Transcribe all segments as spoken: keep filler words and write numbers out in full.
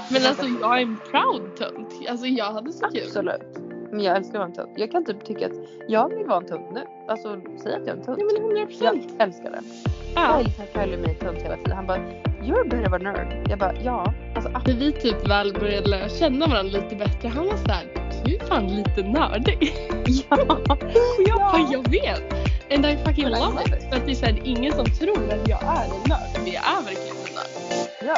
Men alltså jag är en proud tönt. Alltså jag hade så kul. Absolut. Men jag älskar att vara en tönt. Jag kan typ tycka att jag vill vara en tönt nu. Alltså säg att jag är en tönt. Ja, men hundra procent. Jag älskar det. Ja. Jag älskar att Kylie mig tönt hela tiden. Han bara, you're a bit of a nerd. Jag bara, ja. Alltså, När vi typ väl började lära känna varandra lite bättre. Han var såhär, du är fan lite nördig. ja. Och jag bara, jag vet. And I fucking love it. För att det är såhär, ingen som tror att jag är en nörd. Men jag är verkligen en nörd. Ja.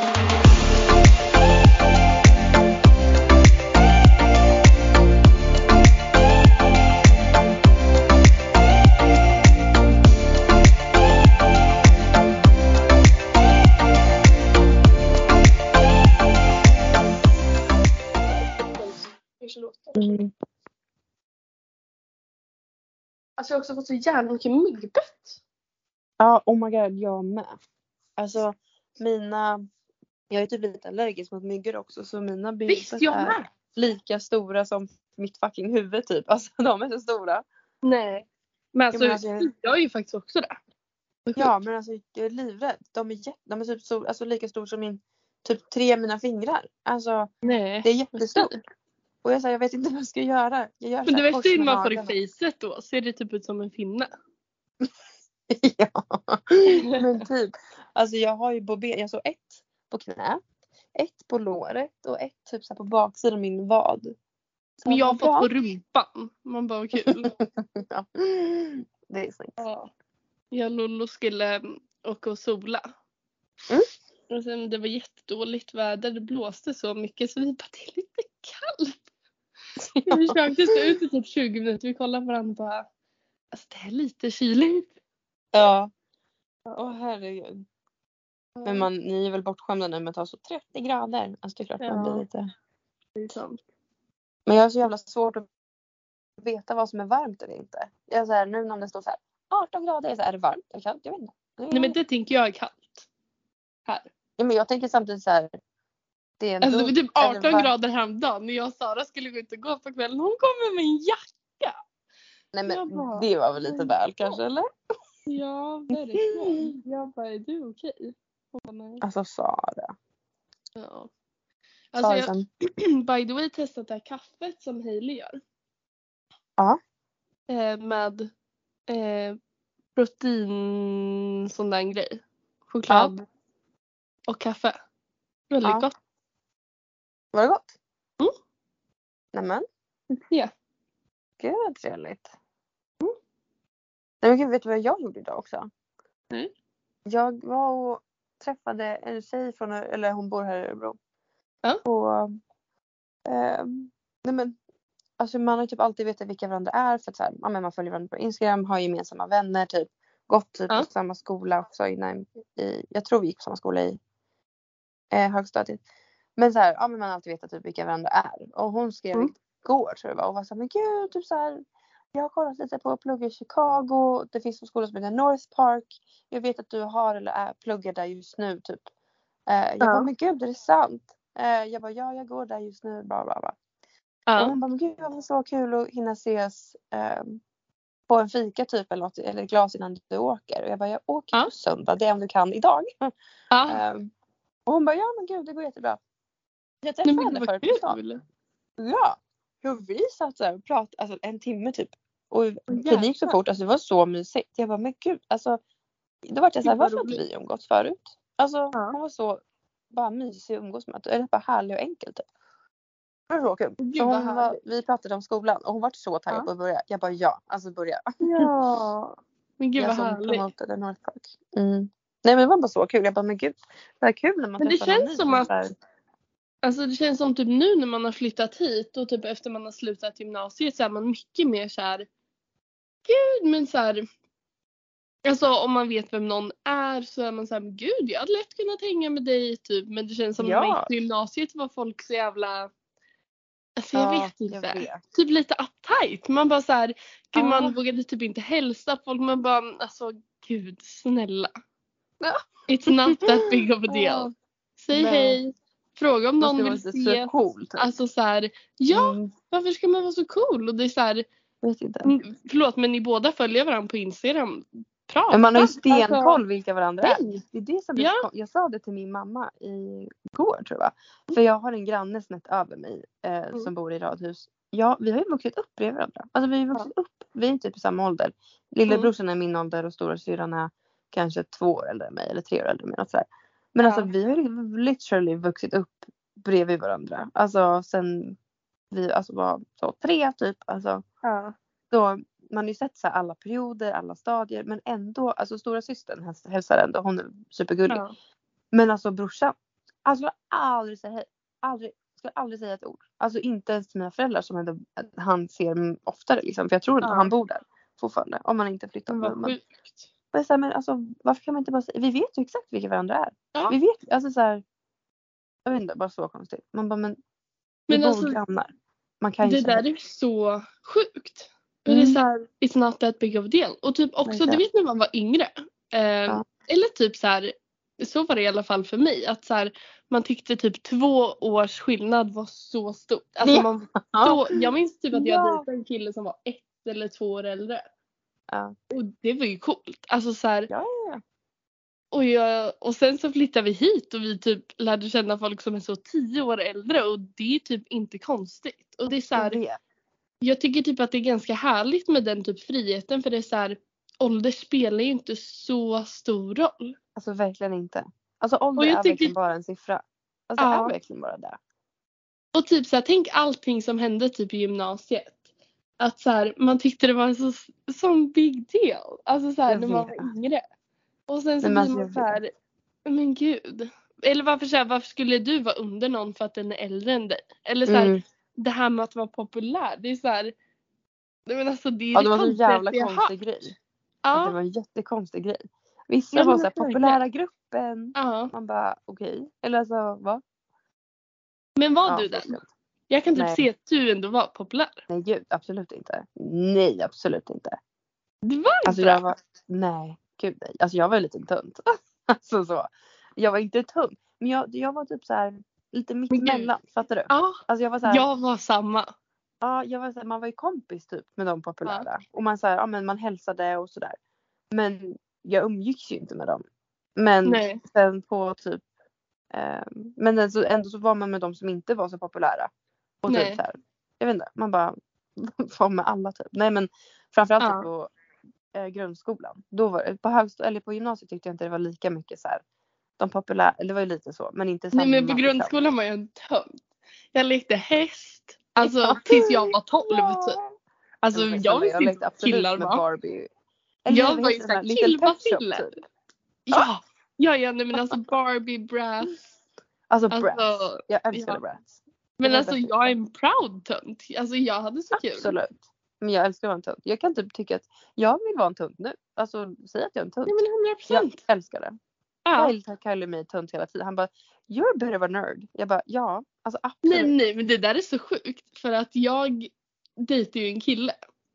Mm. Alltså jag har också fått så jävla mycket myggbett. Ja, oh my god, jag med. Alltså mina, jag är typ lite allergisk mot myggor också. Så mina Visst, bitar jag är med. lika stora som mitt fucking huvud typ. Alltså de är så stora. Nej. Men alltså, Ja, men alltså jag... jag är ju faktiskt också det. Ja, men alltså jag är livrädd. De är, jätte, de är typ stor, alltså lika stor som min, typ tre av mina fingrar. Alltså Nej. det är jättestort. Och jag säger, jag vet inte vad jag ska göra. Jag gör Men det så här var kors synd med man får i naglarna. facet då. Ser det typ ut som en finne. Ja, men typ. Alltså jag har ju bobe, jag så ett på knä, ett på låret och ett typ så här på baksidan av min vad. Så Men jag har vad fått bra. på rumpan. Man bara, vad kul. Ja, det är snyggt. Ja. Jag och Lollo skulle åka och sola. Mm. Och sen det var jättedåligt väder. Det blåste så mycket så vi bara, det är lite kallt. Ja. Vi försökte stå ut i typ tjugo minuter. Vi kollade på varandra och bara, alltså det är lite kyligt. Ja. Åh herregud. Men man, ni är väl bortskämda nu med att ta så trettio grader. Alltså det är klart Ja. man blir lite. Det är sant. Men jag har så jävla svårt att veta vad som är varmt eller inte. Jag är så här, nu när det står så här arton grader, är, så här, är det varmt eller kallt? Jag vet inte. Nej men det tänker jag är kallt. Här. Ja, men jag tänker samtidigt så här. Det är ändå, Alltså det var typ är det arton var- grader häromdagen. När jag och Sara skulle gå ut och gå på kvällen. Hon kom med min jacka. Nej men Jag bara, det var väl lite väl kanske eller? Ja, verkligen. Jag bara, är du okej? Hon bara, nej. Alltså Sara. Ja. Alltså Sara jag, sen. by the way, testat det här kaffet som Hailey gör. Ja. Eh, med eh, protein, sån där grej. Choklad och kaffe. Väldigt Ja. gott. Var det gott? Mm. Nämen. Ja. Gud vad trevligt. Mm. Nej men gud, vet du vad jag gjorde idag också? Mm. Jag var och träffade en tjej från, eller hon bor här i Örebro. Ja. Och eh, nej men alltså man har ju typ alltid vetat vilka varandra är. För att så här, ja, men man följer varandra på Instagram, har gemensamma vänner typ. Gått typ Ja. på samma skola också innan, i, jag tror vi gick på samma skola i eh, högstadiet. Men så här, ja men man har alltid vetat typ vilka varandra är. Och hon skrev Mm. igår tror jag det var. Och var så här, men gud typ så här. Jag har kollat lite på att plugga i Chicago. Det finns en skola som heter North Park. Jag vet att du har eller är pluggar där just nu typ. Eh, jag Ja. bara, men gud är det sant? Eh, jag bara, ja jag går där just nu. Bla, bla, bla. Och Ja. hon bara, men gud det var så kul att hinna ses eh, på en fika typ. Eller, något, eller ett glas innan du åker. Och jag bara, jag åker Ja. på söndag. Det är om du kan idag. Ja. eh, och hon bara, ja men gud det går jättebra. Jag Nej, träffade men henne det var förut på stan. kul. Ja. Och vi satt där och pratade alltså en timme typ. Och jävlar. tiden gick så fort. Alltså det var så mysigt. Jag bara, men gud. Alltså. Då var jag så här, Gud, vad varför har inte roligt. vi umgåtts förut? Alltså Ja. hon var så bara mysig att umgås med. Eller bara härlig och enkel typ. Det var så kul. Gud, Så vad hon var, härligt. vi pratade om skolan. Och hon var så taggad Ja. på att börja. Jag bara, ja. Alltså börja. Ja. Men gud Jag vad som härligt. promotade North Park. Mm. Nej men det var bara så kul. Jag bara, men gud. Det är kul när man Men det träffar någon känns ny som att- så här- Alltså det känns som typ nu när man har flyttat hit och typ efter man har slutat gymnasiet så är man mycket mer så här. Gud men så här. Alltså om man vet vem någon är så är man så här, gud jag hade lätt kunnat hänga med dig typ. Men det känns som Ja. när man gick på gymnasiet var folk så jävla. Alltså jag Ja, vet inte. jag vet. Typ lite uptight. Man bara så här. Gud Ja. man vågade typ inte hälsa på folk. Man bara alltså gud snälla. Ja. It's not that big of a deal. Ja. Säg Nej. hej. Fråga om Man någon ska vara vill lite ses. så cool typ. Alltså så här, ja, Mm, varför ska man vara så cool? Och det är så här, vet inte. mm, förlåt men ni båda följer varandra på Instagram. prata. Men man har ju stenkoll Alltså, vilka varandra är. nej. Det är det som blir Ja. så kon- Jag sa det till min mamma igår tror jag. För jag har en granne snett över mig eh, Mm. som bor i radhus. Ja, vi har ju vuxit upp bredvid varandra. Alltså vi har ju vuxit upp. Vi är typ i samma ålder. Lillebrorsan är min ålder och stora syrran är kanske två år äldre än mig. Eller tre år äldre än mig. Något sådär. Men Ja. alltså vi har ju literally vuxit upp bredvid varandra. Alltså sen vi alltså var så tre typ. Alltså Ja. så man har ju sett så här alla perioder, alla stadier. Men ändå, alltså stora systern häls- hälsar ändå. Hon är supergullig. Ja. Men alltså brorsan. Alltså jag aldrig säga hej. Aldrig. Ska aldrig säga ett ord. Alltså inte ens till mina föräldrar som ändå, han ser oftare liksom. För jag tror inte Ja. han bor där fortfarande. Om man inte flyttat. Men vad Men, sjukt. men, så här, men alltså varför kan man inte bara säga. Vi vet ju exakt vilka varandra är. Ja. Vi vet alltså så här. Jag vet inte, bara så konstigt. Man bara men. Vi Men bor alltså, grannar. Man kan ju det säga där är så sjukt. Men Mm. det är så här, it's not that big of a deal. Och typ också, Verkligen. du vet när man var yngre. Eh, Ja. Eller typ så här, så var det i alla fall för mig. Att så här, man tyckte typ två års skillnad var så stort. Alltså Ja. man, så, jag minns typ att jag Ja. dejtade en kille som var ett eller två år äldre. Ja. Och det var ju coolt. Alltså så här, Ja, ja. och, jag, och sen så flyttade vi hit och vi typ lärde känna folk som är så tio år äldre. Och det är typ inte konstigt. Och det är så Jag här, vet. jag tycker typ att det är ganska härligt med den typ friheten. För det är så här, ålder spelar ju inte så stor roll. Alltså verkligen inte. Alltså ålder Och jag är tycker- verkligen bara en siffra. Alltså det Ja. är verkligen bara det. Och typ så här, tänk allting som hände typ i gymnasiet. Att så här, man tyckte det var en så, sån big deal. Alltså så här, Jag när man vet. var yngre. Och sen så Men blir alltså, man jag så här, men gud. Eller varför, så här, varför skulle du vara under någon för att den är äldre än dig? Eller så här, Mm. det här med att vara populär. Det är så här, nej men alltså det är Ja, det var så konstigaste jävla jag konstig hört. grej. Ja. Det var en jättekonstig grej. Vissa Ja, var men så här, verkligen. populära gruppen. Ja. Man bara okej. Eller alltså vad? Men var Ja, du så den? skumt. Jag kan typ Nej. se att du ändå var populär. Nej gud, absolut inte. Nej, absolut inte. Det var inte Alltså jag var, nej, gud nej. Alltså jag var en liten tunt. Alltså så. Jag var inte tung. Men jag, jag var typ så här lite mittemellan. Fattar du? Ja, Alltså jag var så här, jag var samma. ja, jag var så här, man var ju kompis typ med de populära. Och man så här, ja men man hälsade och sådär. Men jag umgicks ju inte med dem. Men Nej. sen på typ, eh, men ändå så, ändå så var man med de som inte var så populära. Och Nej. typ så här, jag vet inte, man bara var med alla typ. Nej men framförallt Ja. på eh, grundskolan. Då var det, på högst eller på gymnasiet tyckte jag inte det var lika mycket så här. De populära, det var ju lite så, men inte samma. Nej men på liksom. grundskolan var jag en tönt. Jag lekte häst. Alltså Ja. tills jag var tolv Ja. typ. Alltså Men jag visste lekte inte vad absolut killar med var. Barbie. Jag vad var ju heter såhär den här? Little Pet Shop, killbacille. typ. Ja. Ja, ja nej, men alltså Barbie, Bratz. Alltså, Alltså, Bratz. Jag älskade ja. Bratz. Men var alltså bäst. jag är en proud tönt. Alltså jag hade så kul. Absolut. Men jag älskar att vara en tunt. Jag kan typ tycka att jag vill vara en tunt nu. Alltså säg att jag är en tunt. Nej men hundra Jag procent. älskar det. Ja. Kyle kallar mig tunt hela tiden. Han bara, you're a bit of a nerd. Jag bara, ja. Alltså absolut. Nej nej men det där är så sjukt. För att jag dejtar ju en kille.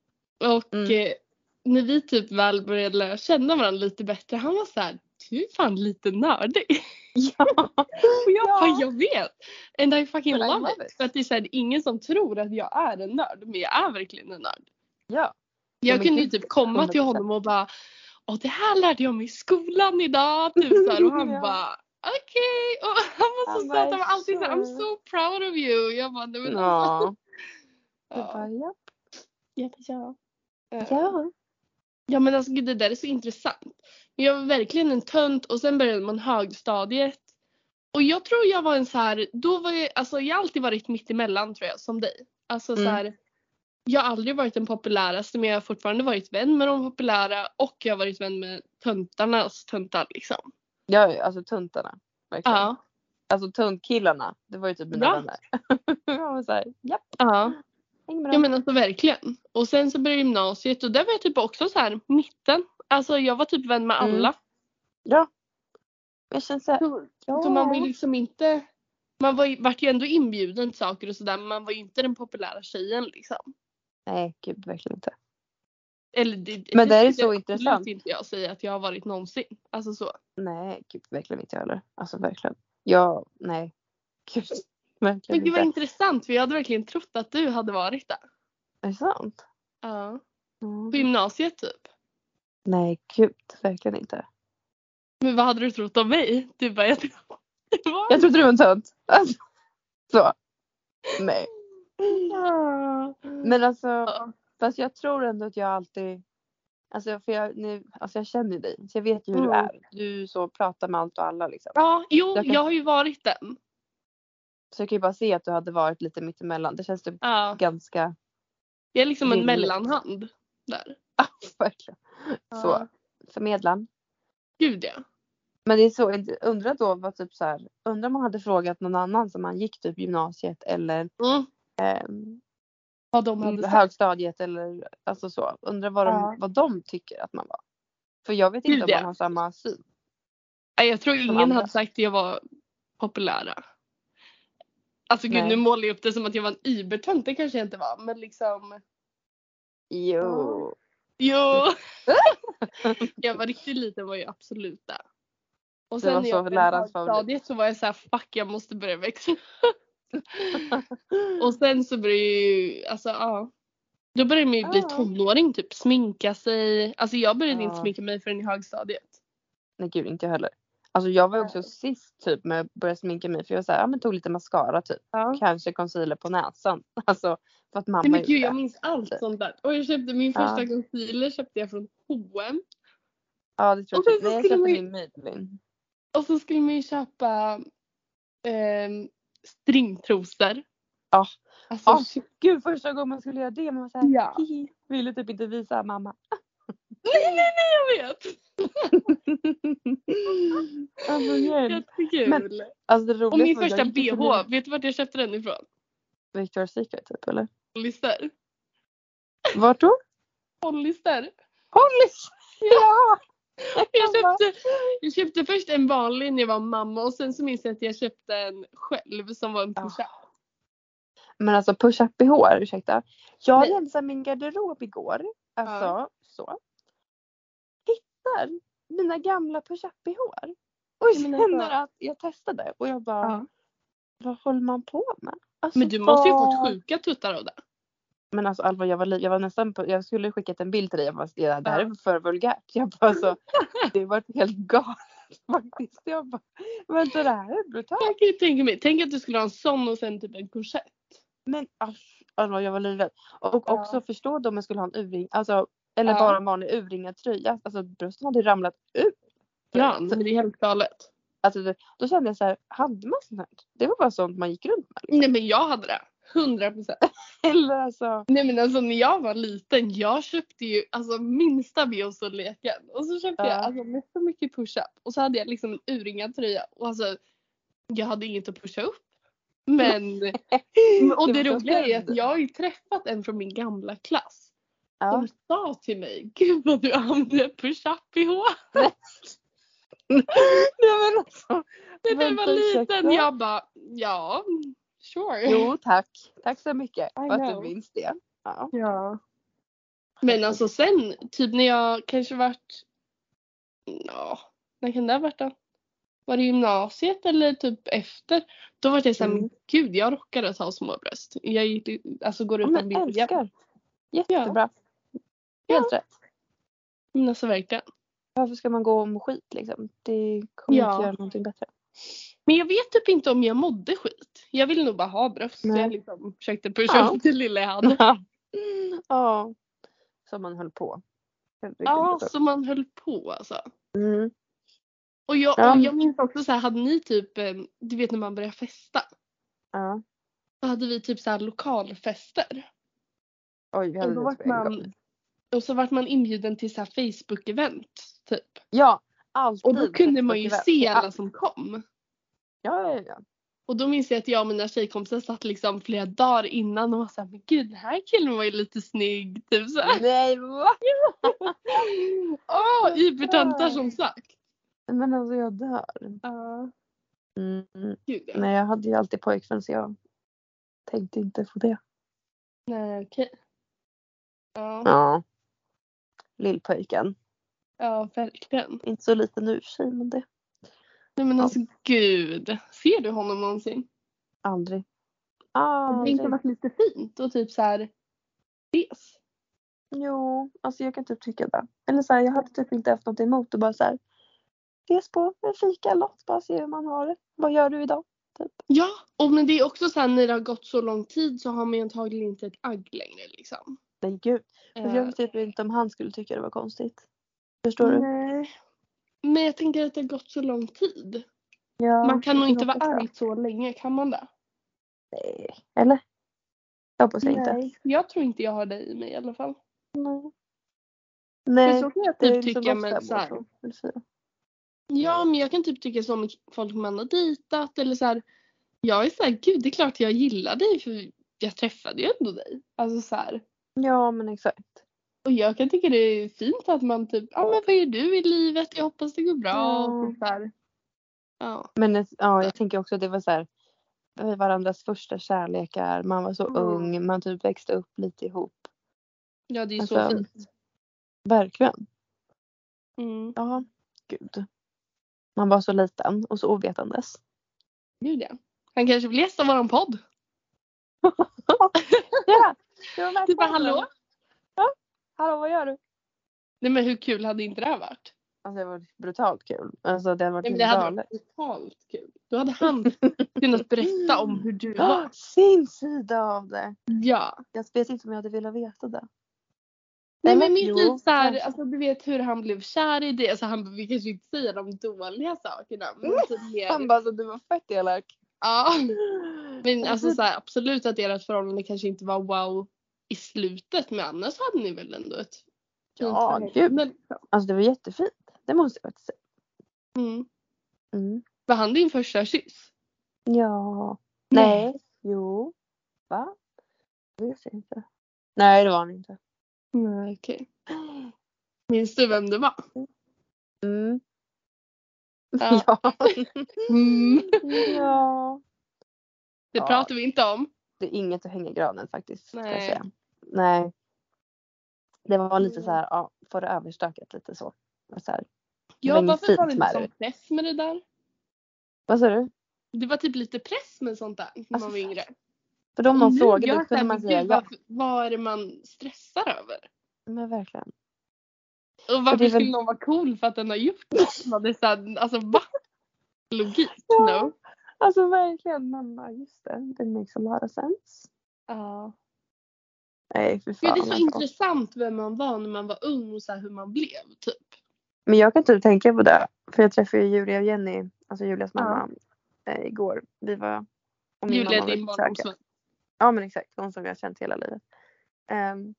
Och Mm. eh, när vi typ väl började lära känna varandra lite bättre. Han var så här, du är fan lite nördig. Ja. Och jag Ja. bara, jag vet. And I fucking But I love, love it. it. För att det är så här, ingen som tror att jag är en nörd. Men jag är verkligen en nörd. Ja. Jag men kunde ju gud, typ komma hundra till procent. honom och bara, åh det här lärde jag mig i skolan idag. Typ så här, och han Ja. bara, okej. Och han var så Han söt. bara, Han var alltid så här, I'm sure. so proud of you. Jag bara, nej men alltså. Ja. Jag bara, ja. Ja. Ja. Ja. Ja. Ja men alltså gud, det där är så intressant. Jag var verkligen en tönt och sen började man högstadiet. Och jag tror jag var en så här, då var jag, alltså jag har alltid varit mitt emellan tror jag som dig. Alltså Mm. så här, jag har aldrig varit den populäraste men jag har fortfarande varit vän med de populära och jag har varit vän med töntarnas töntar liksom. Ja, alltså tuntarna. Verkligen. Ja. Alltså tuntkillarna. Det var ju typ mina Ja. vänner. Jag var såhär, japp. Ja. Häng med Ja dem. men alltså verkligen. Och sen så började gymnasiet och där var jag typ också så här mitten. Alltså jag var typ vän med Mm. alla. Ja. Jag känner såhär, Så, ja. så man var ju liksom inte, man var ju, vart ju ändå inbjuden till saker och sådär men man var ju inte den populära tjejen liksom. Nej, gud verkligen inte. Eller det, Men det är skulle så absolut intressant. inte jag säga att jag har varit någonsin. Alltså så. Nej, gud verkligen inte heller. Alltså verkligen. Ja, nej. Gud, verkligen Men det var inte. intressant för jag hade verkligen trott att du hade varit där. Är det sant? Ja. Mm. På gymnasiet typ. Nej, gud, verkligen inte. Men vad hade du trott om mig? Du bara, jag tror det var Jag trodde du var en tönt. Alltså, så. Nej. Ja. Men alltså, Ja. fast jag tror ändå att jag alltid, alltså för jag, nu, alltså jag känner ju dig, så jag vet ju hur du Mm. är. Du så pratar med allt och alla liksom. Ja, jo, Jag kan- jag har ju varit den. Så jag kan ju bara se att du hade varit lite mittemellan. Det känns typ Ja. ganska, Jag är liksom en rimligt. mellanhand där. verkligen. Så, Ja. förmedlan. Gud ja. Men det är så, undrar då vad typ så här, undrar om man hade frågat någon annan som man gick typ gymnasiet eller Mm. ehm, Vad de hade sagt. högstadiet eller alltså så. Undrar vad de, Ja. vad de tycker att man var. För jag vet Gud, inte om ja. man har samma syn. Nej, jag tror Som ingen andra. hade sagt att jag var populära. Alltså gud, Nej. nu målar jag upp det som att jag var en ibertönt. Det kanske jag inte var. Men liksom. Jo. Jo. Jag var riktigt liten, var jag absolut där. Och Du var sen när så jag var i lärarens favorit. högstadiet så var jag så här, fuck, jag måste börja växa. Och sen så började ju, alltså ja. Då började man ju bli Ja. tonåring, typ sminka sig. Alltså jag började Ja. inte sminka mig förrän i högstadiet. Nej gud, inte jag heller. Alltså jag var ju också Ja. sist typ med att börja sminka mig. För jag så här, ja, men tog lite mascara typ. Ja. Kanske concealer på näsan. Alltså för att mamma Nej, men gjorde gud, jag det. minns allt sånt där. Och jag köpte min Ja. första concealer köpte jag från H och M. Ja det tror Och jag. sen Typ. så Nej jag skulle köpte man ju- min Maybelline. Och så skulle man ju köpa ehm, stringtrosor. Ja. Alltså, Ja. Gud första gången man skulle göra det. Man var så här, Ja. hihi. Ville typ inte visa mamma. nej, nej, nej, jag vet. Alltså igen. Jättekul. Men, alltså det roliga Och min var att första jag gick B ju H, till vet du vart jag köpte den ifrån? Victoria's Secret typ eller? Hollister. Vart då? Hollister. Hollis! Ja! Jag köpte, jag köpte först en vanlig när jag var mamma och sen så minns jag att jag köpte en själv som var en Ja. push-up. Men alltså push-up B H, ursäkta. Jag Nej. rensade min garderob igår. Alltså Ja. så. Hittar mina gamla push-up B H. Och Ja, men känner alltså- att jag testade. Och jag bara, Ja. vad håller man på med? Alltså, Men du måste ju vad- fått sjuka tuttar av det. Men alltså Alva, jag var, li- jag var nästan på, jag skulle skickat en bild till dig. Jag bara, det det här Ja. är för vulgärt. Jag bara, alltså, det var helt galet faktiskt. Jag bara, vänta det här är brutalt. Jag kan ju tänka mig. Tänk att du skulle ha en sån och sen typ en korsett. Men alltså, jag var livrädd. Och Ja. också förstå då om jag skulle ha en urring. Alltså, eller Ja. bara en vanlig urringad tröja. Alltså brösten hade ramlat ut. Ja, men det är helt galet. Alltså, det, då kände jag så här, hade man sånt här? Det var bara sånt man gick runt med. Liksom. Nej, men jag hade det. Hundra procent. Eller alltså. Nej, men alltså när jag var liten, jag köpte ju alltså minsta biostorleken. Och så köpte Ja. jag alltså med så mycket push-up. Och så hade jag liksom en urringad tröja. Och alltså, jag hade inget att pusha upp. Men, och det var så roliga är att rädd. jag har ju träffat en från min gamla klass. Ja. Som sa till mig, gud vad du använder push-up i hår. Nej men alltså. När jag vänta, var liten, ursäkta. jag bara, ja, sure. Jo tack. Tack så mycket I för att know. du minns det. Ja. Ja. Men alltså sen, typ när jag kanske varit, ja, när kan det ha varit då? Var det gymnasiet eller typ efter? Då var det såhär, Mm. men gud jag rockade att ha små bröst. Jag gick, alltså går Ja, utan men vilja. älskar. Jättebra. Ja. Helt rätt. Men alltså verkligen. Varför ska man gå om skit liksom? Det kommer Ja. inte göra någonting bättre. Men jag vet typ inte om jag mådde skit. Jag ville nog bara ha bröst. Så Nej. jag liksom försökte pusha Ja. upp det lilla jag hade. Ja. Som man höll på. Herregud, Ja, alltså. så man höll på alltså. Mm. Och jag, Ja. och jag minns också så här, hade ni typ, eh, du vet när man börjar festa. Ja. Så hade vi typ så här lokalfester. Oj, vi Och hade då det vart typ en man, gång. och så vart man inbjuden till så här Facebook-event typ. Ja, alltid. Och då kunde man ju Facebook-event. se alla Ja. som kom. Ja, ja, ja. Och då minns jag att jag och mina tjejkompisar satt liksom flera dagar innan och var såhär, men gud den här killen var ju lite snygg. Typ så här. Nej, va? Åh, ibertöntar som sagt. Men alltså jag dör. Ja, Mm. gud ja. Nej, jag hade ju alltid pojkvän så jag tänkte inte på det. Nej, okej. Ja, Ja. Lillpojken. ja, verkligen. Inte så liten nu sig, men det Nej men alltså gud. Ser du honom någonsin? aldrig. Det har inte Aldrig. varit lite fint och typ så här ses. Jo, alltså jag kan typ tycka det. Eller så här, jag hade typ inte haft något emot och bara så här. Ses på en fika eller något, bara se hur man har det. Vad gör du idag? Typ. Ja, och men det är också så här när det har gått så lång tid så har man ju antagligen inte ett agg längre liksom. Nej gud. Eh, Alltså, jag vet typ inte om han skulle tycka det var konstigt. Förstår du? nej. Men jag tänker att det har gått så lång tid. Ja, Man kan nog jag inte vara hoppas det. arg så länge, kan man det? Nej. Eller? Jag hoppas jag inte. Nej, jag tror inte jag har det i mig i alla fall. Nej. För Nej. så kan jag det är typ liksom tycka oss med fem så år här. så, eller fyra. Ja, men jag kan typ tycka så med folk man har dejtat eller så här. Jag är så här, gud det är klart jag gillar dig för jag träffade ju ändå dig. Alltså så här. Ja, men exakt. Och jag kan tycka det är fint att man typ, ja men vad gör du i livet? Jag hoppas det går bra. Ja. Och typ så här. Ja. Men ett- ja, jag tänker också att det var så här. Varandras första kärlekar. Man var så Mm. ung. Man typ växte upp lite ihop. Ja, det är Alltså, så fint. Verkligen. Mm. Ja, gud. Man var så liten och så ovetandes. Gud ja. Han kanske vill gästa våran podd. Ja, det var Du bara hallå? Ja, hallå vad gör du? Nej men hur kul hade inte det här varit? Alltså det var brutalt kul. Alltså det hade varit Nej, men helt det hade galet. varit totalt kul. Då hade han kunnat berätta om hur du var. Sin sida av det. Ja. Jag vet inte om jag hade velat veta det. Nej Eller? men mer Jo, typ såhär, kanske. alltså du vet hur han blev kär i det. Alltså han, vi kanske inte säger de dåliga sakerna. Men typ mer, Han bara så du var fett elak. ja. Men Men alltså typ- så här, absolut att ert förhållande kanske inte var wow i slutet. Men annars hade ni väl ändå ett fint Ja, förhållande, gud. liksom. Alltså det var jättefint. Det måste jag faktiskt säga. Mm. Mm. Var han din första kyss? Ja. Nej. Nej. Jo. Va? Det vet jag inte. Nej, det var han inte. Nej okej. Minns du vem det var? Mm. Ja. Ja. Mm. Ja. Det Ja. pratar vi inte om. Det är inget att hänga i granen faktiskt. Ska jag Nej. säga. Nej. Det var lite Mm. så här, ja, för det överstökat lite så. Och så här. Det Ja, var inget varför var det fint inte med sån det. press med det där? Vad sa du? Det var typ lite press med sånt där när Alltså, man var yngre. För om Och någon nu, frågade jag då är kunde såhär, man men säga gud, ja. vad, vad är det man stressar över? Men verkligen. Och varför det är väl- skulle någon vara cool för att den har gjort något? Man är såhär, alltså va? Logik, Ja. no? Alltså verkligen. Man bara, just det. Det makes a lot of sense. Ja. Nej, för fan. Gud, det är så alltså. intressant vem man var när man var ung och så här, hur man blev, typ. Men jag kan typ tänka på det. För jag träffade ju Julia och Jenny. Alltså Julias Ja. mamma. Eh, igår. Vi var. Och min Julia, mamma var din på barndomsvän. köket. Ja men exakt. Hon som jag har känt hela livet. Um,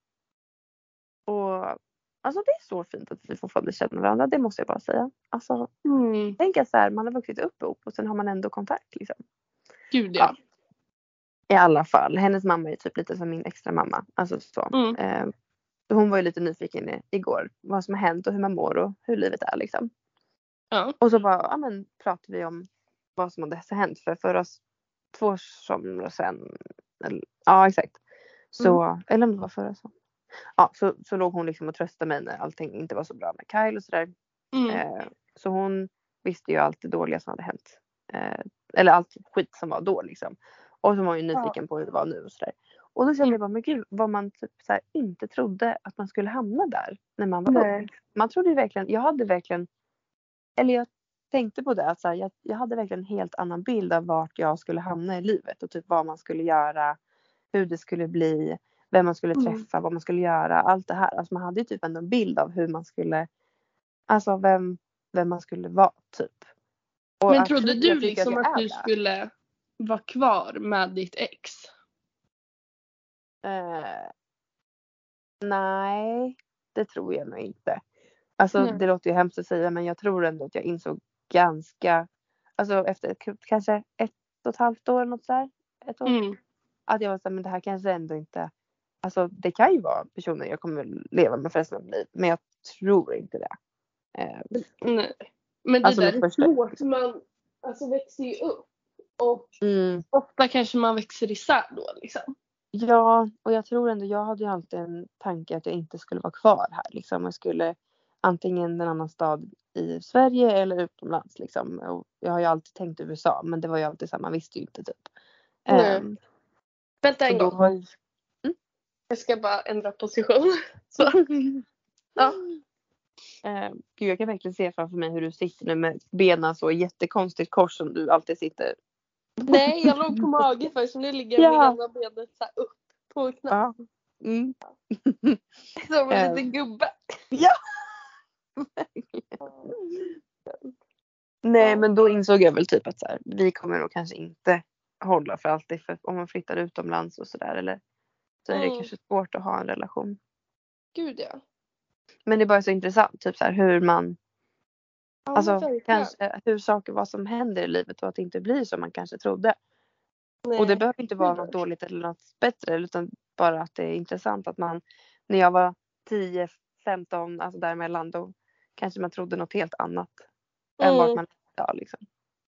och alltså det är så fint att vi fortfarande känner varandra. Det måste jag bara säga. Alltså Mm. tänk att så här, man har vuxit upp ihop. Och sen har man ändå kontakt liksom. Gud ja. I alla fall. Hennes mamma är typ lite som min extra mamma. Alltså så. Mm. Um, så hon var ju lite nyfiken i, igår. Vad som har hänt och hur man mår. Och hur livet är liksom. Ja. Och så bara, ja men pratade vi om vad som hade hänt för förra två somrar sedan. Eller, ja exakt. Så, Mm. eller om det var förra sommaren. Ja, så, så låg hon liksom och tröstade mig när allting inte var så bra med Kyle och sådär. Mm. Eh, så hon visste ju allt det dåliga som hade hänt. Eh, eller allt skit som var då liksom. Och så var hon ju nyfiken på hur det var nu och sådär. Och då kände jag bara, men gud vad man typ så här, inte trodde att man skulle hamna där när man var Nej. ung. Man trodde ju verkligen, jag hade verkligen eller jag tänkte på det att så här, jag, jag hade verkligen en helt annan bild av vart jag skulle hamna i livet och typ vad man skulle göra, hur det skulle bli, vem man skulle träffa, mm. vad man skulle göra, allt det här. Alltså man hade ju typ ändå en bild av hur man skulle, alltså vem, vem man skulle vara typ. Och men trodde absolut, du liksom att, att du skulle vara kvar med ditt ex? Eh, nej, det tror jag nog inte. Alltså Nej. det låter ju hemskt att säga men jag tror ändå att jag insåg ganska, alltså efter kanske ett och ett halvt år eller något där, ett år. Mm. Att jag var så här, men det här kanske ändå inte, alltså det kan ju vara personer jag kommer leva med för resten av mitt liv, men jag tror inte det. Eh, Nej. Men det alltså där är första, svårt, man alltså växer ju upp och mm, ofta kanske man växer isär då liksom. ja, och jag tror ändå, jag hade ju alltid en tanke att jag inte skulle vara kvar här liksom. Jag skulle antingen en annan stad i Sverige eller utomlands liksom. Och jag har ju alltid tänkt U S A, men det var ju alltid så här, man visste ju inte typ. Nej. Um, Vänta en då gång. var ju, mm? Jag ska bara ändra position. Så. Ja. Eh, gud, jag kan verkligen se framför mig hur du sitter nu med benen så jättekonstigt kors som du alltid sitter. Nej, jag låg på mage först. Nu ligger jag Ja. med ena benet så här upp på knät. Ja. Mm. Som en Eh. liten gubbe. Ja. Nej, Ja. men då insåg jag väl typ att så här, vi kommer nog kanske inte hålla för alltid. För om man flyttar utomlands och sådär. Eller så är det Mm. kanske svårt att ha en relation. Gud ja. Men det är bara så intressant. Typ så här hur man. Ja, Alltså verkligen. kanske hur saker, vad som händer i livet. Och att det inte blir som man kanske trodde. Nej. Och det behöver inte vara Gud, något dåligt eller något bättre. Utan bara att det är intressant att man. När jag var tio, femton. Alltså däremellan. Då kanske man trodde något helt annat. Än vart Mm. man är idag liksom.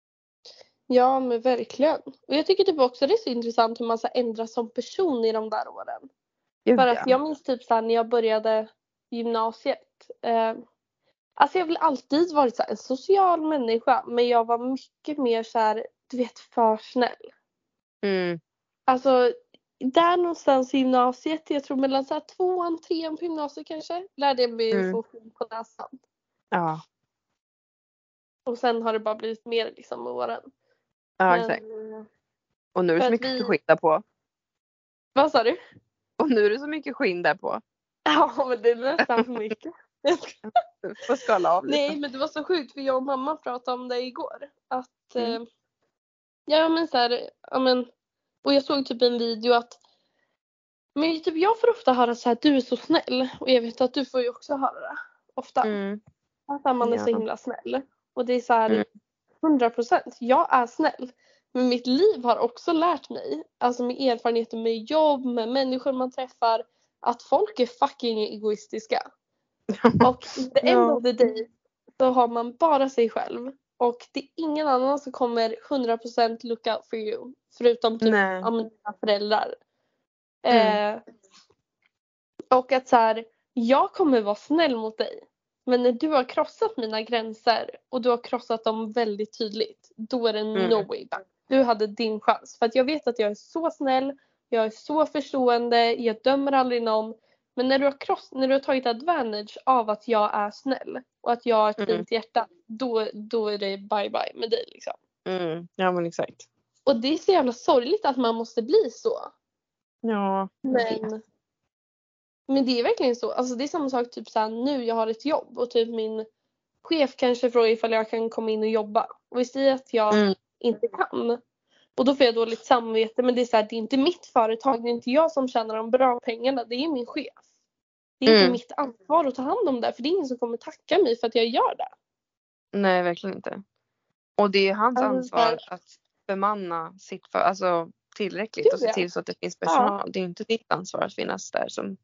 Ja, men verkligen. Och jag tycker typ också det är så intressant hur man så ändras som person i de där åren. Gud, För ja. att jag minns typ såhär när jag började gymnasiet. Eh, alltså jag har väl alltid varit så här, en social människa. Men jag var mycket mer så här, du vet, för snäll. Mm. Alltså där någonstans i gymnasiet, jag tror mellan så här tvåan, trean på gymnasiet kanske. Lärde jag mig Mm. att få skinn på näsan. Ja. Och sen har det bara blivit mer liksom med åren. Ja, Men, exakt. eh, Och nu är det för så att mycket vi- skinn där på. Vad sa du? Och nu är det så mycket skinn där på. Ja, men det är nästan för mycket. Du får skala av lite. Nej, men det var så sjukt för jag och mamma pratade om det igår. Att, Mm. eh, ja men så här, ja men, och jag såg typ en video att, men typ jag får ofta höra så här, du är så snäll. Och jag vet att du får ju också höra det. Ofta. Mm. Att man är så Ja. himla snäll. Och det är så här, Mm. hundra procent. Jag är snäll. Men mitt liv har också lärt mig, alltså med erfarenheter med jobb, med människor man träffar, att folk är fucking egoistiska. Och in the end Ja. of the day så har man bara sig själv. Och det är ingen annan som kommer hundra procent look out for you. Förutom typ Nej. ja, men dina föräldrar. Mm. Eh, och att så här, jag kommer vara snäll mot dig. Men när du har krossat mina gränser och du har krossat dem väldigt tydligt. Då är det Mm. no way back. Du hade din chans. För att jag vet att jag är så snäll. Jag är så förstående. Jag dömer aldrig någon. Men när du har, kross, när du har tagit advantage av att jag är snäll. Och att jag har ett Mm. fint hjärta. Då, då är det bye bye med dig liksom. Mm. Ja, men exakt. Och det är så jävla sorgligt att man måste bli så. Ja. Men, men det är verkligen så. Alltså det är samma sak typ såhär nu jag har ett jobb. Och typ min chef kanske frågar ifall jag kan komma in och jobba. Och vi säger att jag Mm. inte kan. Och då får jag dåligt samvete. Men det är så här, det är inte mitt företag. Det är inte jag som tjänar de bra pengarna. Det är min chef. Det är inte Mm. mitt ansvar att ta hand om det. För det är ingen som kommer tacka mig för att jag gör det. Nej, verkligen inte. Och det är hans Alltså, ansvar där- att bemanna sitt för, alltså tillräckligt Gud, och se ja. till så att det finns personal. Det är inte ditt ansvar att finnas där som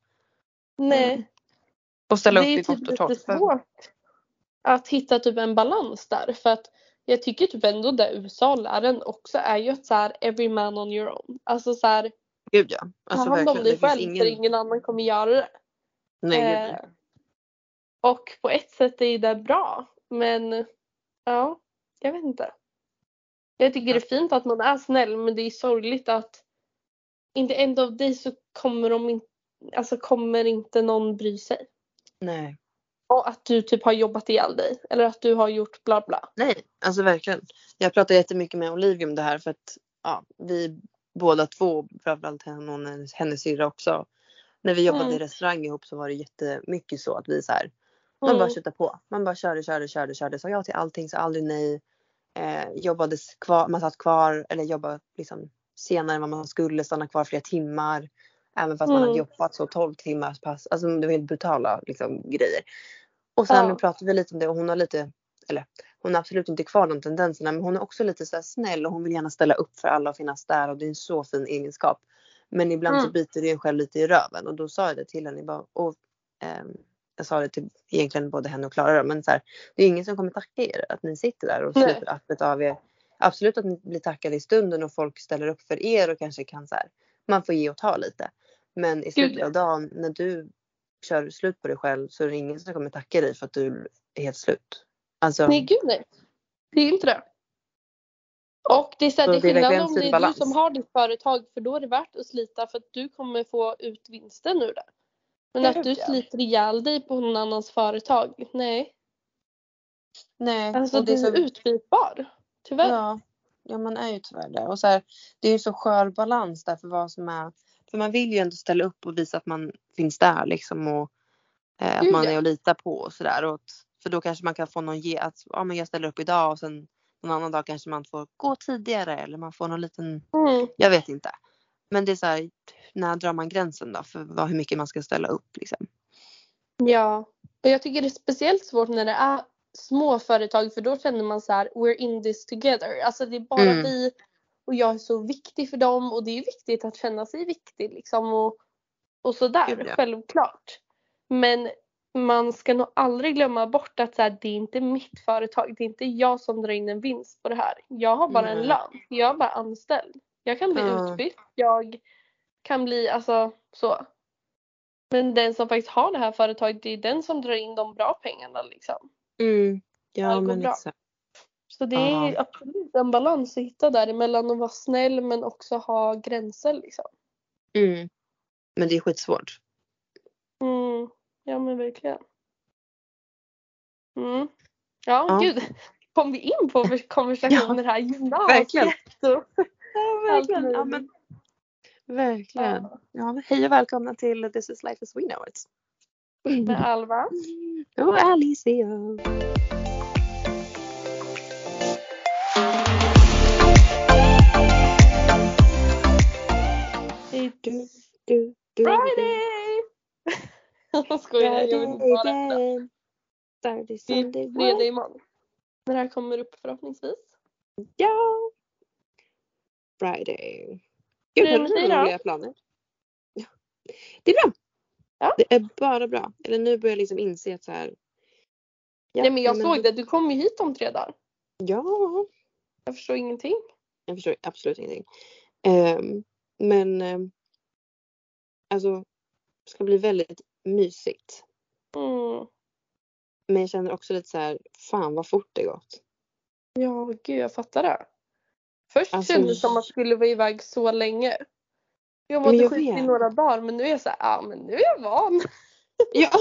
Nej. och ställa Det upp är i typ gott och lite torrt. För- svårt att hitta typ en balans där. För att jag tycker typ ändå det U S A lär en också är ju att så här, every man on your own. Alltså så här, Gud, ja. ta Alltså hand om verkligen. dig Det finns själv ingen. för ingen annan kommer göra det. Nej, gud, Eh, nej. och på ett sätt är det bra. Men ja, jag vet inte. Jag tycker det är fint att man är snäll. Men det är sorgligt att in the end of day så kommer de in, alltså kommer inte någon bry sig. Nej. Och att du typ har jobbat ihjäl dig. Eller att du har gjort bla bla. Nej, alltså verkligen. Jag pratar jättemycket med Olivia om det här för att ja, vi båda två, framförallt hon, hennes syrra också. När vi jobbade Mm. i restaurang ihop så var det jättemycket så att vi så här, man Mm. bara köttade på. Man bara körde, körde, körde, körde. Sa ja till allting, så aldrig nej. Eh, jobbade kvar, man satt kvar eller jobbade liksom senare än vad man skulle, stanna kvar flera timmar. Även fast man Mm. hade jobbat så tolv timmars pass. Alltså det var helt brutala liksom, grejer. Och sen Ja. pratade vi lite om det och hon har lite, eller hon har absolut inte kvar de tendenserna. Men hon är också lite så här snäll och hon vill gärna ställa upp för alla och finnas där. Och det är en så fin egenskap. Men ibland Mm. så biter det en själv lite i röven. Och då sa jag det till henne. Bara, och, ehm, jag sa det till egentligen både henne och Klara. Men så här, det är ingen som kommer tacka er att ni sitter där och Nej. sliter appet av er. Absolut att ni blir tackade i stunden och folk ställer upp för er. Och kanske kan så här, man får ge och ta lite. Men i slutet Gud. av dagen när du kör slut på dig själv så är det ingen som kommer tacka dig för att du är helt slut. Alltså, Nej gud nej. Det är inte det. Och det är, så här, Så det är det är skillnad verkligen om det är balans. du som har ditt företag, för då är det värt att slita för att du kommer få ut vinsten ur det. Men Ja, att du ja. sliter ihjäl dig på någon annans företag, nej. Nej. Alltså och det du är är så... utbytbar, tyvärr. Ja. Ja, man är ju tyvärr det. Och så här, det är ju så skör balans där för vad som är. För man vill ju ändå ställa upp och visa att man finns där liksom. Och eh, att Gud, man ja. är att lita på och sådär. Och att- för då kanske man kan få någon ge att ja, men jag ställer upp idag och sen någon annan dag kanske man får gå tidigare. Eller man får någon liten, Mm. jag vet inte. Men det är så här, när drar man gränsen då för vad, hur mycket man ska ställa upp liksom. Ja, och jag tycker det är speciellt svårt när det är små företag, för då känner man så här: we're in this together. Alltså det är bara Mm. vi och jag är så viktig för dem, och det är viktigt att känna sig viktig liksom, och, och sådär, Gud, ja. självklart. Men man ska nog aldrig glömma bort att så här, det är inte mitt företag, det är inte jag som drar in en vinst på det här. Jag har bara en Nej. lön, jag är bara anställd. Jag kan bli Ja. utbytt, jag kan bli, alltså så. Men den som faktiskt har det här företaget, det är den som drar in de bra pengarna liksom. Mm. Ja, Allt går men bra. exakt. Så det är Ja. absolut en balans att hitta däremellan och vara snäll men också ha gränser liksom. Mm. Men det är skitsvårt. Mm. Ja men verkligen. Mm. Ja, Ja. gud. Kom vi in på konversationer här? verkligen. Gymnasiet och Ja, allt verkligen. Ja, möjligt. men, verkligen. Ja. Ja, hej och välkomna till This is life as we know it. Med Alva. Och Alicia. Du, du, du, Friday! Jag skojar, jag vill inte vara det. Saturday, Det Sunday, är fredag imorgon. När det här kommer upp förhoppningsvis. ja. Friday. Hur Gud, är det har med du dig några då? roliga planer? Ja. Det är bra. Ja. Det är bara bra. Eller nu börjar jag liksom inse att så här. Ja, Nej men jag nej, såg men- det, du kom ju hit om tre dagar. Ja. Jag förstår ingenting. Jag förstår absolut ingenting. Um, men um, alltså det ska bli väldigt mysigt. Mm. Men jag känner också lite så här, fan vad fort det gått. Ja, gud jag fattar det. Först Alltså, kändes det som att man skulle vara iväg så länge. Jag Men mådde jag skit i vet. några dagar, men nu är jag så här, ja men nu är jag van. Ja.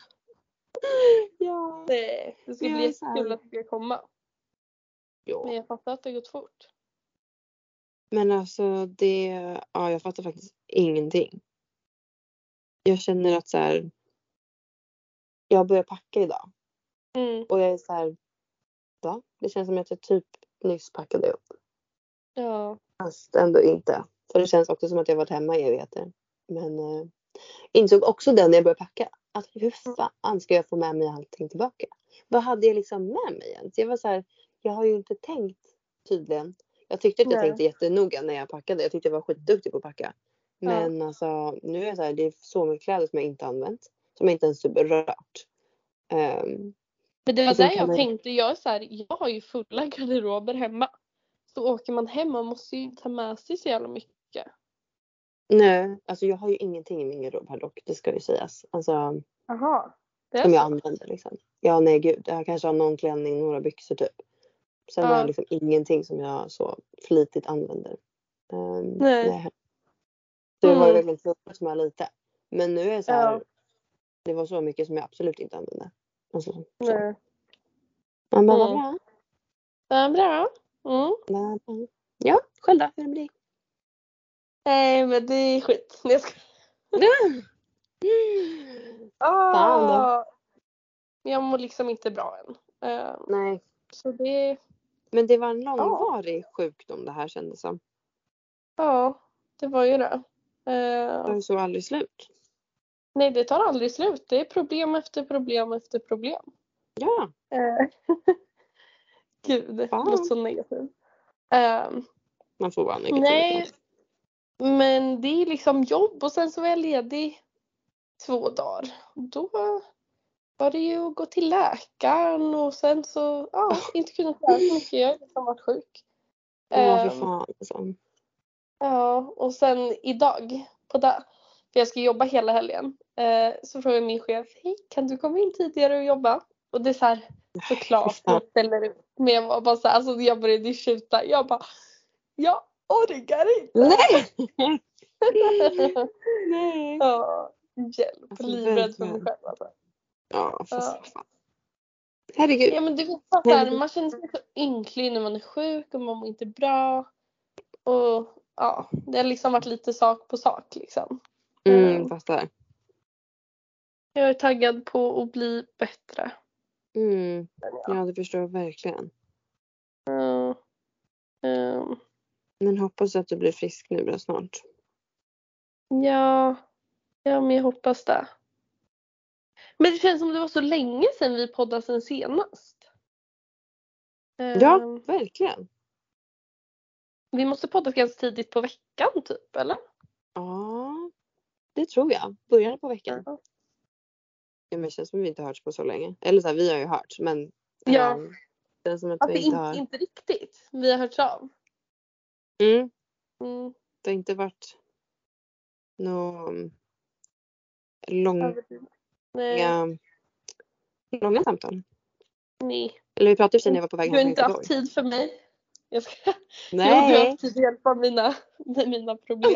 ja. Nej, det ska Jag bli är så här- jättekul att det ska komma. Men ja. jag fattar att det har gått fort. Men alltså det, ja jag fattar faktiskt ingenting. Jag känner att så här, jag börjar packa idag. Mm. Och jag är så här, va? Det känns som att jag typ nyss packade upp. Ja. Fast ändå inte. För det känns också som att jag varit hemma i evigheter. Men eh, insåg också den när jag började packa. Att hur fan ska jag få med mig allting tillbaka? Vad hade jag liksom med mig ens? Jag var så här, jag har ju inte tänkt tydligen. Jag tyckte att jag Nej. tänkte jättenoga när jag packade. Jag tyckte jag var skitduktig på att packa. Men alltså nu är jag så här, det är så mycket kläder som jag inte använt. Som jag inte ens typ rört. Um, Men det var Och sen där kan jag man- tänkte, jag är så här, jag har ju fulla garderober hemma. Så åker man hem, man måste ju ta med sig så jävla mycket. nej, alltså jag har ju ingenting i min garderob här dock. Det ska ju sägas. Alltså Jaha. Det är som jag så. använder liksom. Ja, nej gud. Jag kanske har någon klänning, några byxor typ. Sen Ja. har jag liksom ingenting som jag så flitigt använder. Um, Nej. nej. Så jag var ju Mm. verkligen tvungen som jag lite. Men nu är det så här. Ja. Det var så mycket som jag absolut inte använde. Alltså, så. Nej. Man bara, Mm. bra. Ja, bra. Mm. bra. Ja, själv då? Hur är det med dig? Nej men det är skit. Nej, jag ska... Fan då. Ah. Jag mår liksom inte bra än. Uh, Nej. så det, Men det var en långvarig sjukdom det här kändes som. ja, det var ju det. Det Uh, var ju så aldrig slut. nej, det tar aldrig slut. Det är problem efter problem efter problem. Ja. Uh, Gud, det Fan. låter så negativt. Uh, Man får vara negativ. nej, men det är liksom jobb och sen så var jag ledig två dagar. Då var det ju att gå till läkaren och sen så, ja, inte kunnat göra så mycket. Jag har liksom varit sjuk. Ja, Um, för fan. Alltså. Ja, och sen idag på dag, för jag ska jobba hela helgen, eh, så frågar min chef, hej kan du komma in tidigare och jobba? Och det är så här, såklart jag ställer upp. Men jag var bara så här, alltså jag började tjuta. Jag bara, jag orkar inte. Nej! Nej. Ja, hjälp. Alltså, Livrädd för mig verkligen. själv alltså. Ja, fast Ja. fan. Herregud. Ja men det var så här, man känner sig så ynklig när man är sjuk och man mår inte bra. Och ja, det har liksom varit lite sak på sak liksom. Mm, fattar. Jag är taggad på att bli bättre. Mm. Ja. Ja, det förstår jag verkligen. Uh, um, Men hoppas att du blir frisk nu då snart. ja, ja, men jag hoppas det. Men det känns som det var så länge sedan vi poddade sen senast. Ja, Um, verkligen. Vi måste podda ganska tidigt på veckan typ, eller? Ja, det tror jag. Början på veckan. Ja. Ja, men det känns som att vi inte har hörts på så länge. Eller så här, vi har ju hört, men Ja. um, det känns som att Alltså vi inte in, har. inte riktigt. Vi har hört av. Mm. Mm. Det har inte varit några långa, Nej. långa samtal. Nej. Eller vi pratade sen när jag var på väg Du hem har från inte haft Göteborg. tid för mig. Jag ska... Nej. Jo, du har haft tid att hjälpa mina, med mina problem.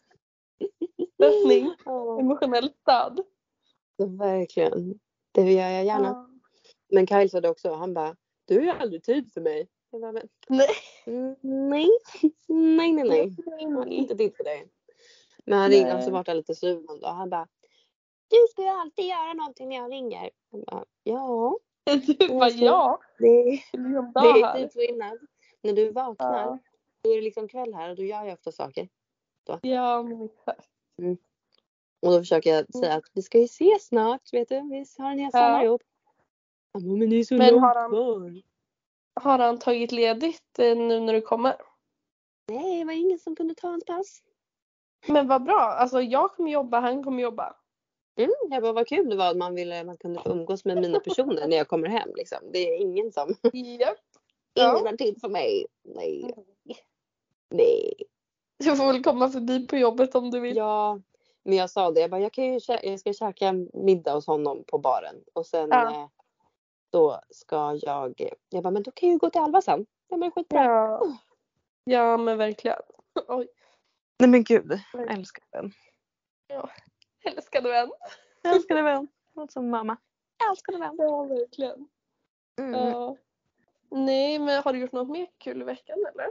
Stöttning. Ja, Emotionellt stöd. verkligen. Det gör jag gärna. Ja. Men Kyle sa det också. Han bara, du har ju aldrig tid för mig. Jag bara, men, Nej. mm, nej. Nej, nej, nej. Jag har inte tid för dig. Men han ringde, så var det lite sur någon dag. Han bara, du ska ju alltid göra någonting när jag ringer. Jag bara, ja. Du bara, ja. Det, Det det är typ skillnad. När du vaknar, Ja. då är det liksom kväll här och då gör jag ofta saker. Då. Ja, men exakt. Mm. Och då försöker jag säga att vi ska ju ses snart, vet du. Vi har en hel Ja. sommar ihop. Ja, men det är så Men långt har han- kvar. Har han tagit ledigt eh, nu när du kommer? Nej, det var ingen som kunde ta hans pass. Men vad bra. Alltså jag kommer jobba, han kommer jobba. Mm, jag bara, vad kul det var att man ville, man kunde få umgås med mina personer när jag kommer hem. Liksom. Det är ingen som, Japp. ingen Ja. har tid för mig. Nej. Nej. Du får väl komma förbi på jobbet om du vill. Ja, men jag sa det. Jag bara, jag, kan ju, kä- jag ska käka middag hos honom på baren. Och sen Ja. eh, då ska jag, jag bara, men då kan jag ju gå till Alva sen. Det blir skitbra. Ja. Ja, men verkligen. Oj. Nej men gud, älskar den. Ja. Älskade vän. Älskar den. Något som mamma. Älskar den. Ja, verkligen. Mm. Ja. Nej, men har du gjort något mer kul i veckan eller?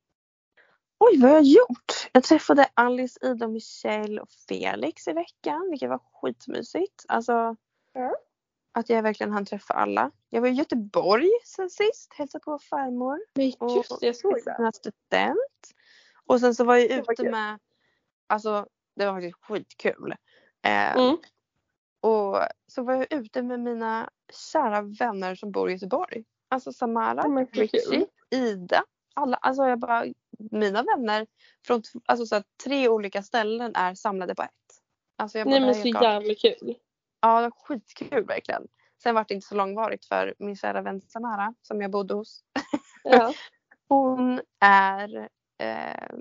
Oj, vad har jag gjort? Jag träffade Alice, Ida, Michelle och Felix i veckan. Vilket var skitmysigt. Alltså, Ja. att jag verkligen hann träffa alla. Jag var i Göteborg sen sist. Hälsade på farmor. Men Och just det, jag såg det. en student. Och sen så var jag Det var ute kul. med. Alltså, det var faktiskt skitkul. Eh, Mm. Och så var jag ute med mina kära vänner som bor i Göteborg. Alltså Samara, Ja, men så Richie, kul. Ida. Alla, alltså jag bara, mina vänner från t- alltså så här, tre olika ställen är samlade på ett. Alltså jag bara, Nej, det men här är så helt galet. jävla kul. Ja, det var skitkul verkligen. Sen var det inte så långvarigt för min kära vän Samara som jag bodde hos. Ja. Hon är eh,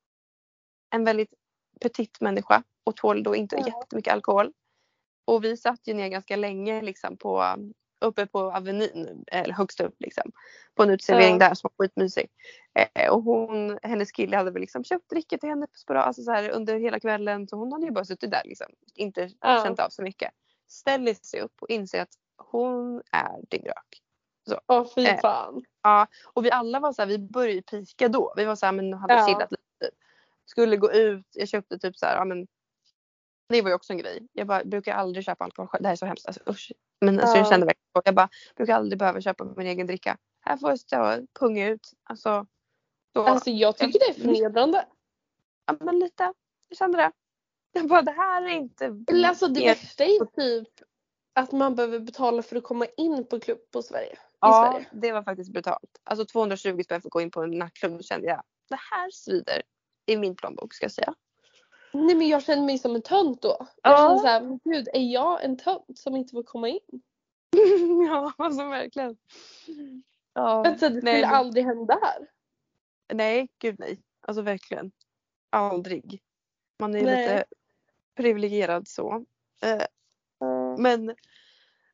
en väldigt petit människa och tål då inte Ja. jättemycket alkohol. Och vi satt ju ner ganska länge liksom på, uppe på Avenyn, eller högst upp liksom. På en uteservering Ja. där som var skitmysig. Eh, och hon, hennes kille hade väl liksom köpt dricka till henne på spara, alltså så här, under hela kvällen. Så hon hade ju bara suttit där liksom. Inte Ja. känt av så mycket. Ställer sig upp och inser att hon är dyngrök. Åh, fy Eh. fan. Ja, och vi alla var så här, vi började ju pika då. Vi var så här, men hade Ja. chillat lite. Skulle gå ut, jag köpte typ så här, ja men. Det var ju också en grej. Jag bara, brukar aldrig köpa alkohol själv. Det här är så hemskt. Alltså, usch. Men alltså, jag Ja. kände verkligen. Jag bara, brukar aldrig behöva köpa min egen dricka. Här får jag stå och punga ut. Alltså, då, Alltså jag tycker det är förnedrande. ja, men lite. Jag kände det. Jag bara, det här är inte. Eller alltså det helt- värsta är typ att man behöver betala för att komma in på klubb på Sverige. I Ja, Sverige. det var faktiskt brutalt. Alltså tvåhundratjugo spänn för att gå in på en nattklubb. Då kände jag, det här svider i min plånbok ska jag säga. Nej, men jag känner mig som en tönt då. Ja. Jag känner såhär, men gud, är jag en tönt som inte får komma in? Ja, alltså verkligen. Ja, Alltså, det skulle nej, men- aldrig hända här. nej, gud nej. Alltså verkligen. Aldrig. Man är Nej. lite privilegierad så. Eh, men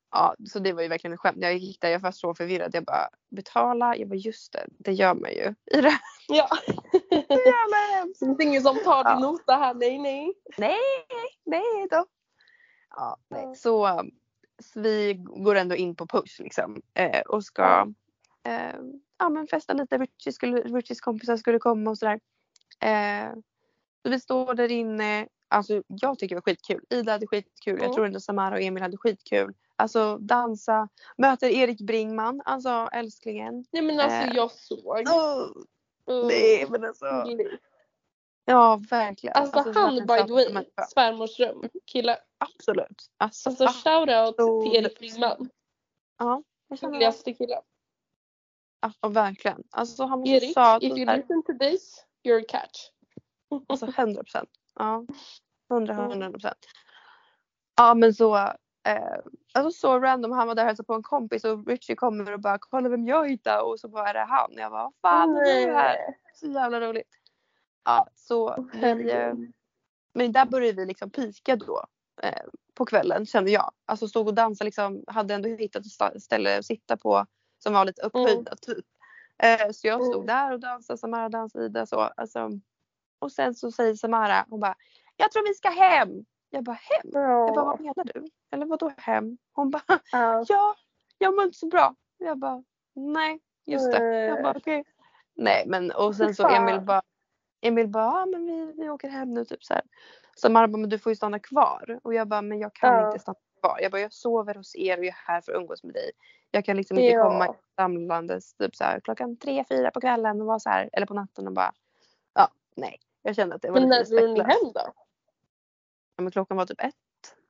Ja, så det var ju verkligen ett skämt. Jag gick där, jag var så förvirrad. Jag bara, betala? Jag bara, just det, det gör man ju. I det Ja. jävla hemskt. Det finns ingen som tar din Ja. nota här, nej nej. Nej, nej då. Ja, nej. Så, så vi går ändå in på Push liksom. Eh, och ska Ja. eh, ja, men festa lite. Richie skulle, Richies kompisar skulle komma och sådär. Eh, så vi står där inne. Alltså jag tycker det var skitkul. Ida hade skitkul. Mm. Jag tror ändå Samara och Emil hade skitkul. Alltså dansa. Möter Erik Bringman. Alltså älsklingen. Nej men alltså Eh, jag såg. oh, Mm. nej men alltså. Gulligt. Ja verkligen. Alltså, alltså han är en by the söt way, människa. svärmors rum kille. Absolut. Alltså, Alltså shoutout absolut. till Erik Bringman. Ja, jag känner det. Gulligaste killen. Ja, verkligen. Alltså han var så Erik, söt. if och you så här. listen to this, you're a catch. Alltså hundra procent. Ja. Hundra, hundra procent. Ja men så. Eh, alltså så random. Han var där och hälsade på en kompis. Och Richie kommer och bara, kolla vem jag hittar. Och så bara är det han. Jag bara, vad fan är du här? Så jävla roligt. Ja så vi. Eh, men där började vi liksom pika då. Eh, på kvällen kände jag. Alltså stod och dansade liksom. Hade ändå hittat ett ställe att sitta på. Som var lite upphöjda typ. Eh, så jag stod Mm. där och dansade. Samara dansade Ida så. Alltså. Och sen så säger Samara. Hon bara. Jag tror vi ska hem. Jag bara hem? Ja. Jag bara vad menar du? Eller vadå hem? Hon bara. Ja. Ja. Jag mår inte så bra. Jag bara. Nej. Just det. Jag bara okej. Okay. Nej men och sen så Emil bara. Emil bara. Ja men vi, vi åker hem nu typ så här. Samara bara. Men du får ju stanna kvar. Och jag bara. Men jag kan Ja. inte stanna kvar. Jag bara. Jag sover hos er och jag är här för att umgås med dig. Jag kan liksom inte Ja. komma samlandes typ så här klockan tre, fyra på kvällen och vara så här eller på natten och bara ja, nej. Jag kände att det var Men lite när drog ni respektlöst. hem då? Ja, men klockan var typ ett.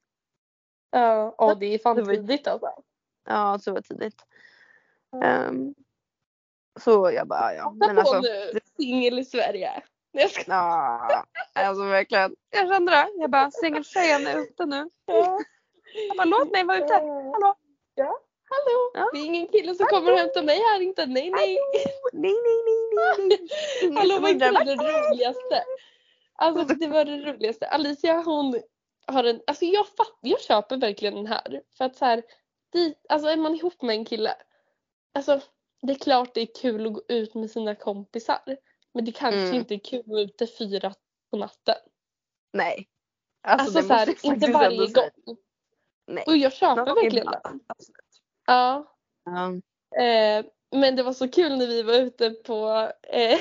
Ja, ja det är fan Det var- tidigt alltså. Ja, så var det tidigt. Ja. Um, så jag bara ja, Passa men på alltså nu, singel i Sverige. Nej, jag ska... ja, alltså verkligen. Jag kände det. Jag bara singeltjejen är ute nu. Ja. Jag bara låt mig vara ute. Hallå. Ja, hallå. Ja. Det är ingen kille som kommer och hämtar mig här inte. Nej, nej. Nej, nej, nej, nej, nej. Ingen Hallå, som var inte undrar, det det roligaste? Alltså det var det roligaste. Alicia hon har en, alltså jag fatt, jag köper verkligen den här. För att så här, det, alltså är man ihop med en kille. Alltså det är klart det är kul att gå ut med sina kompisar. Men det kanske Mm. inte är kul att gå ute fyra på natten. Nej. Alltså, Alltså, så här, inte varje gång. Nej. Och jag köper Någon verkligen ibland. det. Absolut. Ja. Ja. Eh, men det var så kul när vi var ute på eh,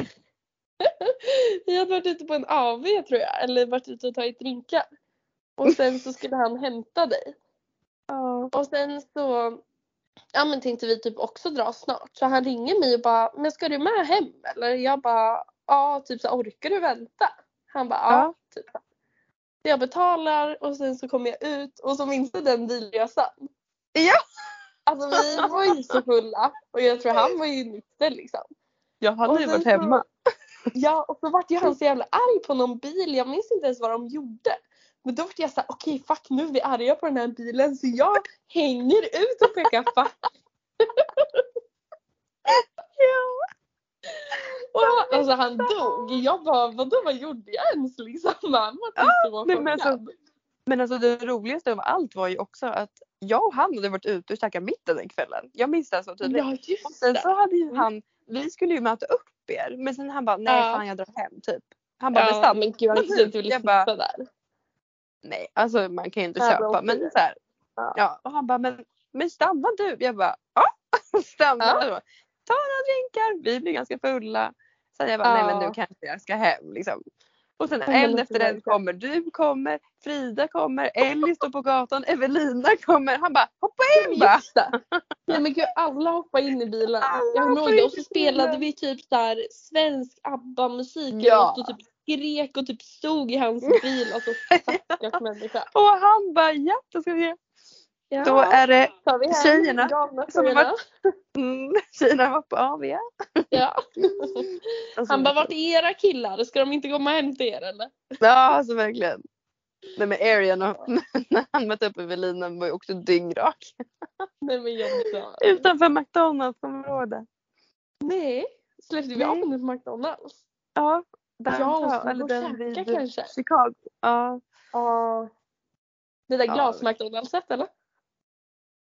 vi hade varit ute på en A V tror jag. Eller varit ute och tagit drinkar. Och sen så skulle han hämta dig. Ja. Och sen så ja men tänkte vi typ också dra snart. Så han ringer mig och bara, men ska du med hem? Eller jag bara, ja typ så orkar du vänta? Han bara, ja. Ja. Typ. Så jag betalar och sen så kommer jag ut. Och så minns du den bilresan. Ja. Alltså vi var ju så fulla. Och jag tror han var ju nykter liksom. Jag hade Och ju sen varit hemma. Så, ja och så vart ju han så jävla arg på någon bil. Jag minns inte ens vad de gjorde. Men då vart jag såhär, okej okay, fuck nu är vi arga på den här bilen. Så jag hänger ut och pekar fuck. Ja. Och han, alltså han dog. Jag bara, vadå vad gjorde jag ens liksom? Han var ja, så nej, men, alltså, men alltså det roligaste av allt var ju också att jag och han hade varit ute och käkat middag den kvällen. Jag minns det så tydligt. Ja just och sen det. så hade ju han, vi skulle ju möta upp er. Men sen han bara, nej ja. fan jag drar hem typ. Han bara, ja, men gud jag inte ville jag sitta bara, där. Nej alltså man kan ju inte Ja, köpa. Men så här, ja. ja. Och han bara, men, men stanna du. Jag bara, ja stanna. Ja. Ta några drinkar. Vi blir ganska fulla. Sen jag bara, Ja. nej men nu kanske jag ska hem liksom. Och sen Ja, en efter en kommer, du kommer, Frida kommer, Ellie står på gatan, Evelina kommer. Han bara, hoppa in bara. Just det. Nej men gud alla hoppade in i bilen. Alla Jag kommer ihåg hoppade det. in Och så i spelade bilen. vi typ såhär svensk ABBA-musik. Ja. Och typ skrek och typ stod i hans bil. Alltså stackars människa. Och han bara, ja då ska vi göra. Ja. Då är det Tar vi hem, tjejerna galna som har tjejerna. varit, mm, tjejerna var på A V. Ja. Alltså, Han bara, vart är era killar? Ska de inte komma hem till er eller? Ja alltså verkligen. Nej men Arian och när han mötte upp Evelina var ju också dyngrak. Nej men jag dör. Utanför McDonalds område. Nej. Släppte vi av henne på McDonalds? Ja. Där Ja, eller och den käka vid kanske. Chicago. Ja. Ja. Det där Ja. glas McDonaldset eller?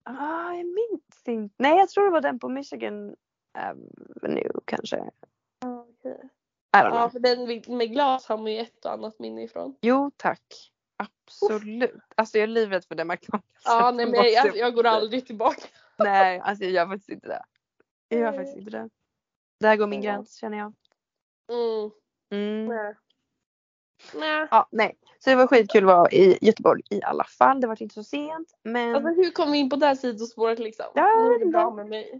Ah, jag minns inte. Nej, jag tror det var den på Michigan Avenue kanske. Ja, okej. I don't Ja, know. för den med glas har man ju ett och annat minne ifrån. Jo, tack. Absolut. Alltså jag är livrädd för den McDonald's. Ja, nej men jag, jag går aldrig tillbaka. Nej, alltså jag gör faktiskt inte det. Jag gör Nej. faktiskt inte det. Där går min Ja. gräns, känner jag. Mm. Mm. Nej. Nej. Ja, nej. Så det var skitkul att vara i Göteborg i alla fall. Det var inte så sent. Men Alltså hur kom vi in på det här sidospåret liksom? Ja, jag nu är vet det inte. bra med mig.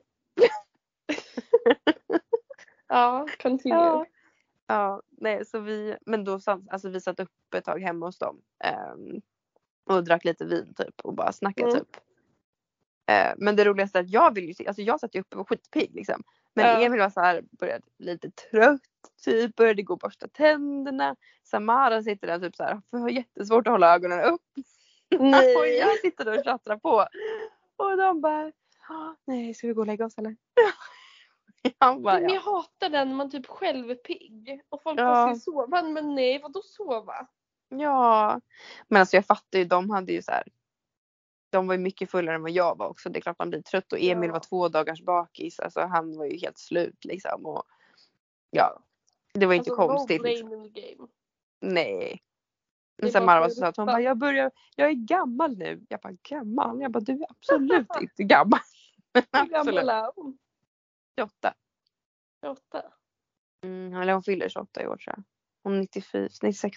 Ja, continue. ja. Ja, nej, så vi, men då satt, alltså vi satt upp ett tag hemma hos dem. Um, och drack lite vin typ och bara snackade Mm. typ. Uh, men det roligaste är att jag vill ju se, alltså jag satt ju uppe och var skitpigg liksom. Men Ja. Emil var så här, började lite trött typ, började gå och borsta tänderna. Samara sitter där typ så här, för har jättesvårt att hålla ögonen upp. Nej. Och jag sitter där och tjattrar på. Och de bara, nej, ska vi gå och lägga oss eller? Han bara, Men ja. jag hatar den när man typ själv är pigg. Och folk Ja. bara ska sova. Men nej, vadå sova? Ja. Men alltså jag fattar ju, de hade ju så här. De var ju mycket fullare än vad jag var också. Det är klart man blir trött. Och Emil Ja. var två dagars bakis. Alltså han var ju helt slut liksom. Och ja. Det var inte Alltså, konstigt no liksom. blame in the game. Nej. Det är Men sen bara Mara var för så att hon att- bara, jag börjar, jag är gammal nu. Jag bara, gammal? Jag bara, du är absolut inte gammal. Hur Absolut. gammal är hon? tjugoåtta. tjugoåtta. Mm, eller hon fyller tjugoåtta i år tror jag. Hon är nittiofyra, nittiosex.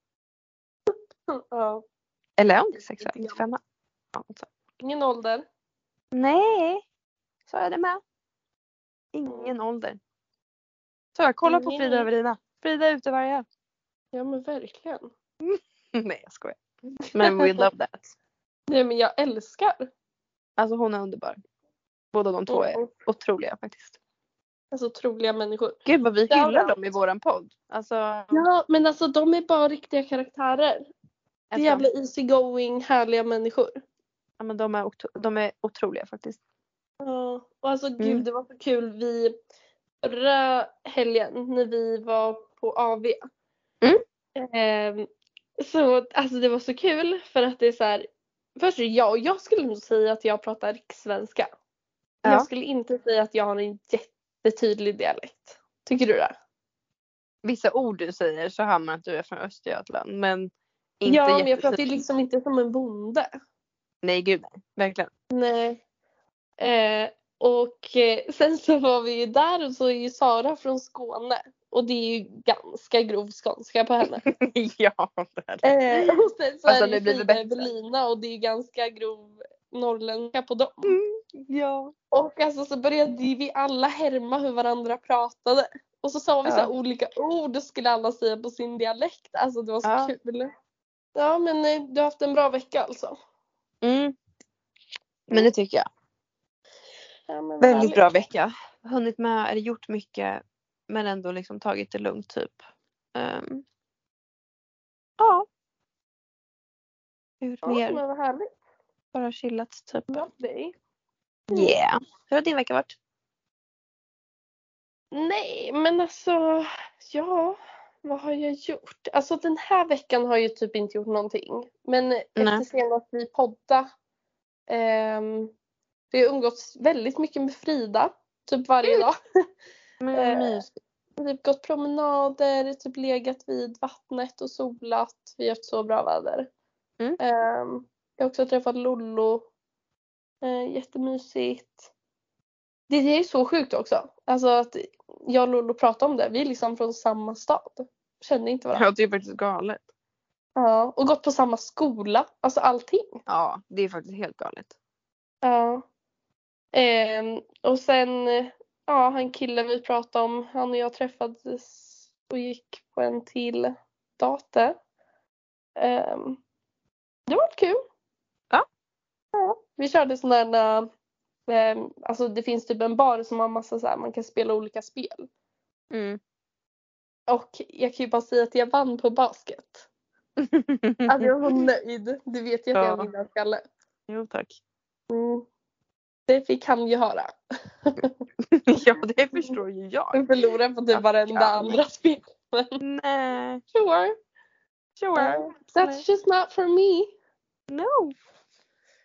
Ja. Eller är hon nittiosex? Lite gammal. nittiofem? Ja, så. Ingen ålder. Nej, så är det med. Ingen ålder. Så jag kollar på Nej. Frida Överina. Frida är ute varje helg. Ja men verkligen. Nej, jag skojar. Men we love that. Nej men jag älskar. Alltså hon är underbar. Båda de två är Mm. otroliga faktiskt. Alltså otroliga människor. Gud vad vi Ja, hyllar ja. dem i våran podd. Alltså, Ja men alltså de är bara riktiga karaktärer. Det är alltså, jävla easy going, härliga människor. ja, men de, är otro- de är otroliga faktiskt. Ja. Och alltså gud Mm. det var så kul. Vi förra helgen när vi var på A V. Mm. Ehm, så alltså det var så kul för att det är så här. Först är jag och jag skulle nog säga att jag pratar rikssvenska. Ja. Jag skulle inte säga att jag har en jättetydlig dialekt. Tycker du det? Vissa ord du säger så hör man att du är från Östergötland. Men inte Ja, men jag jättetydligt. pratar ju liksom inte som en bonde. Nej gud nej. Verkligen. Nej. Eh, och eh, sen så var vi ju där och så är ju Sara från Skåne. Och det är ju ganska grov skånska på henne. ja. Det är. Eh, och sen så Alltså, är det det ju blir Frida bättre. Evelina och det är ju ganska grov norrländska på dem. Mm, ja. Och alltså så började vi alla härma hur varandra pratade. Och så sa vi Ja. så här olika ord och skulle alla säga på sin dialekt. Alltså det var så Ja. kul. Ja men eh, du har haft en bra vecka alltså. Mm. Men det tycker jag. Ja, men Väldigt härligt. bra vecka. Hunnit med, eller gjort mycket. Men ändå liksom tagit det lugnt typ. Um, ja. Hur Ja mer? men vad härligt. Bara chillat typ. Bra för dig. Yeah. Hur har din vecka varit? Nej men alltså ja. Vad har jag gjort? Alltså den här veckan har jag ju typ inte gjort någonting. Men efter senast vi podda. Ehm, vi har umgåtts väldigt mycket med Frida. Typ varje dag. Men Eh, mys. Typ gått promenader, typ legat vid vattnet och solat. Vi har haft så bra väder. Mm. Um, jag har också träffat Lollo. Uh, jättemysigt. Det, det är så sjukt också. Alltså att jag och Lollo pratar om det. Vi är liksom från samma stad. Känner inte varandra. Ja, det är faktiskt galet. Ja, och gått på samma skola. Alltså allting. Ja, det är faktiskt helt galet. Ja. Um, och sen, ja, han killen vi pratade om. Han och jag träffades och gick på en till date. Um, det var kul. Ja. Ja. Vi körde sådana, um, alltså det finns typ en bar som har massa så här, man kan spela olika spel. Mm. Och jag kan ju bara säga att jag vann på basket. Alltså jag var nöjd. Du vet ju att jag Ja. är vinnarskalle. Jo tack. Mm. Det fick han ju höra. Ja, det förstår ju jag. Jag förlorade på typ varenda Ja. andra spel. Men Nej. sure. Sure. Uh, that's just not for me. No.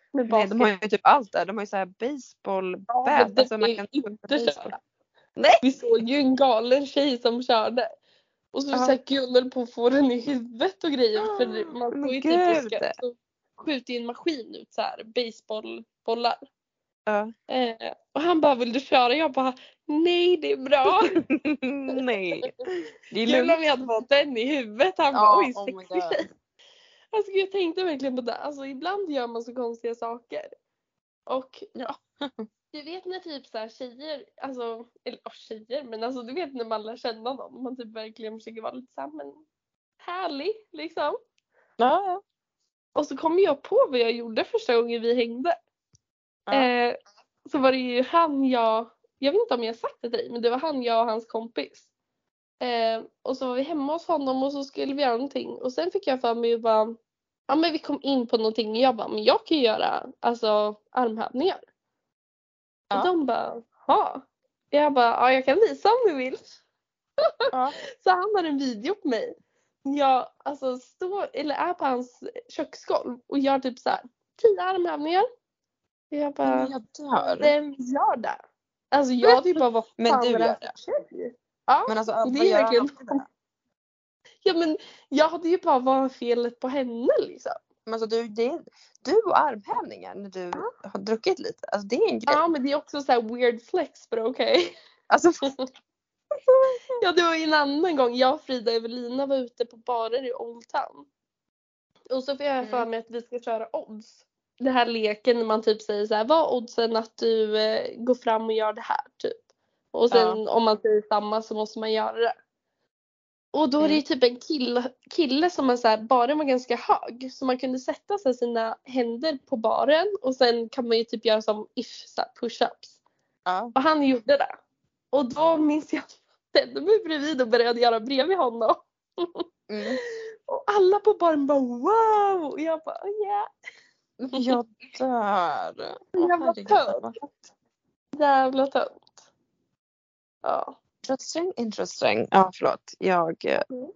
Med Nej, de har ju typ allt där. De har ju så här baseball Ja, bat. men det Alltså man är kan inte baseball. köra. Nej. Vi såg ju en galen tjej som körde. Och så, Ja. så här Gud höll på att få den i huvudet och grejer. För man Men får ju typ och gud. ska, så skjuter i en maskin ut så här baseballbollar. Ja. Eh, och han bara, vill du köra? Jag bara, nej det är bra. Nej. Det är Kul lugnt. om jag hade fått den i huvudet. Han Ja, bara, oj oh my sexig God. tjej. Alltså jag tänkte verkligen på det. Alltså ibland gör man så konstiga saker. Och Ja. du vet när typ så här tjejer, alltså, eller oh, tjejer, men alltså du vet när man lär känna någon. Man typ verkligen försöker vara lite såhär, men härlig liksom. Ja, ja. Och så kom jag på vad jag gjorde första gången vi hängde. Ja. Eh, så var det ju han, jag, jag vet inte om jag har sagt det till dig, men det var han, jag och hans kompis. Eh, och så var vi hemma hos honom och så skulle vi göra någonting. Och sen fick jag för mig att bara, ja men vi kom in på någonting och jag bara, men jag kan ju göra alltså armhävningar. Ja. Och de bara, ja. Jag bara, ja jag kan visa om du vill. Ja. Så han har en video på mig. Jag alltså står, eller är på hans köksgolv och gör typ så här tio armhävningar. Och jag bara, Men jag dör. vem gör det? Alltså jag typ bara, vad fan Men du är det här gör för det. tjej? Ja, Men alltså det vad är gör verkligen. han det? Ja men jag hade ju bara, vad är felet på henne liksom? Men alltså du, det är, du och armhävningar när du Ja. har druckit lite. Alltså det är en grej. Ja men det är också så här weird flex, but okej. Okay. Alltså. Ja det var ju en annan gång. Jag och Frida Evelina var ute på barer i Old Town. Och så får jag för Mm. mig att vi ska köra odds. Det här leken när man typ säger så här, vad är oddsen att du eh, går fram och gör det här typ. Och sen Ja. om man säger samma så måste man göra det. Och då är det ju typ en kille, kille som är så här, baren var ganska hög. Så man kunde sätta sig sina händer på baren. Och sen kan man ju typ göra som if, så här, push-ups. Ja. Och han gjorde det. Och då minns jag att jag ställde mig bredvid och började göra bredvid honom. Mm. Och alla på baren bara wow. Och jag bara oh yeah. Jag dör. Åh, Jävla herregud. tönt. Jävla tönt. Ja. Interesting, interesting. Ja, förlåt. Jag... eh, Mm.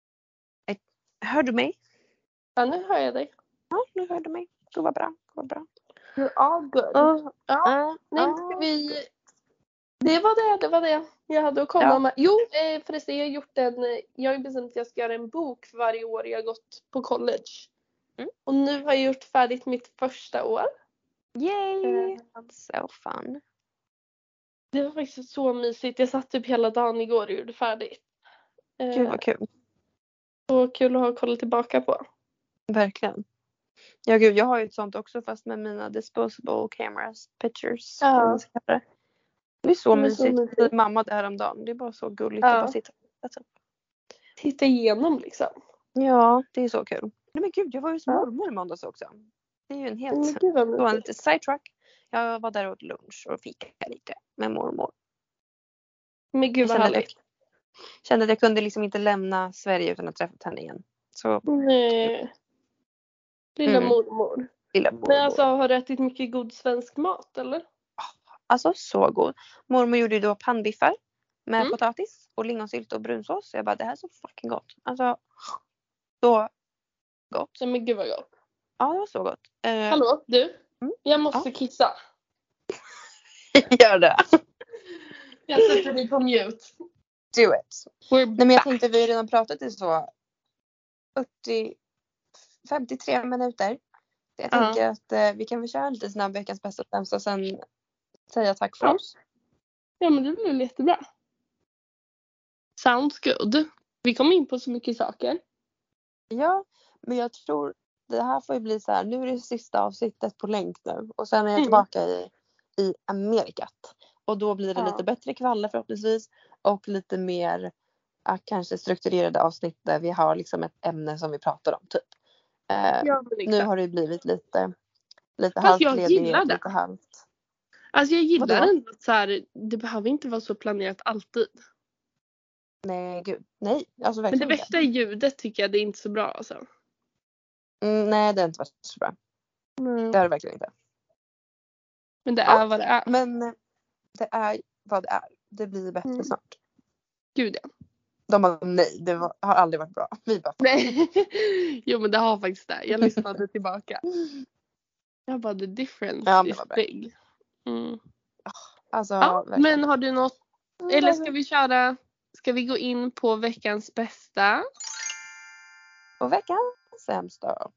Hör du mig? Ja nu hör jag dig. Ja, nu hör du mig. Det var bra. Det var bra. You're all good. Ja. Ja. Nej, Ja. ska vi... Det var det, det var det. Jag hade att komma Ja. med. Jo, eh, förresten jag har gjort en... Jag har ju bestämt att jag ska göra en bok för varje år jag har gått på college. Mm. Och nu har jag gjort färdigt mitt första år. Yay! Eh, So fun. Det var faktiskt så mysigt. Jag satt typ hela dagen igår och gjorde färdigt. Eh, Gud vad kul. Så kul att ha kollat tillbaka på. Verkligen. Ja gud, jag har ju ett sånt också fast med mina disposable cameras, pictures. Ja. eller vad man ska kalla det. Det är så Det är så mysigt. mysigt. Mamma där häromdagen. Det är bara så gulligt Ja. att bara sitta. Alltså. Titta igenom liksom. Ja, det är så kul. Nej men gud, jag var ju hos Ja. mormor i måndags också. Det är ju en helt... Men gud vad Det var en mysigt. lite sidetrack. Jag var där åt lunch och fika lite med mormor. Men gud Jag vad kände, att jag, härligt. kände att jag kunde liksom inte lämna Sverige utan att träffa henne igen. Så Nej. Lilla Mm. mormor. lilla mormor. Men alltså har du ätit mycket god svensk mat eller? Alltså så god. Mormor gjorde ju då pannbiffar med Mm. potatis och lingonsylt och brunsås. Så jag bara, det här är så fucking gott. Alltså, så gott. Ja, men gud vad gott. Ja, det var så gott. Eh, Hallå, du. Mm. Jag måste kissa. Gör det. Jag sätter dig på mute. Do it. We're Nej men jag back. tänkte vi har redan pratat i så fyrtio, femtiotre minuter. Så jag Ja. tänker att eh, vi kan väl köra en lite snabb veckans bästa och sämsta och sen säga tack för Ja. oss. Ja men det blir väl jättebra. Sounds good. Vi kom in på så mycket saker. Ja, men jag tror det här får ju bli så här. Nu är det sista avsnittet på länk nu. Och sen är jag Mm. tillbaka i, i Amerikat. Och då blir det Ja. lite bättre kvällar förhoppningsvis. Och lite mer äh, kanske strukturerade avsnitt där vi har liksom ett ämne som vi pratar om typ. Eh, Ja, men nu exakt. har det ju blivit lite, lite Fast jag halvt gillar ledighet, det. lite halvt. Alltså jag gillar Vadå? ändå att så här, det behöver inte vara så planerat alltid. Nej, gud. Nej, alltså Men det verkligen inte. värsta är ljudet tycker jag, det är inte så bra alltså. Mm, nej, det har inte varit så bra. Mm. Det har det verkligen inte. Men det Ja. är vad det är. Men eh, det är vad det är. Det blir bättre Mm. snart. Gud ja. De bara, nej, det var, har aldrig varit bra. Vi bara, Nej. Jo men det har faktiskt det. Jag lyssnade tillbaka. Jag bara the difference Ja, men det is var bra. big. Mm. Alltså, Ja, verkligen. men har du något? Eller ska vi köra? Ska vi gå in på veckans bästa? Och veckans sämsta.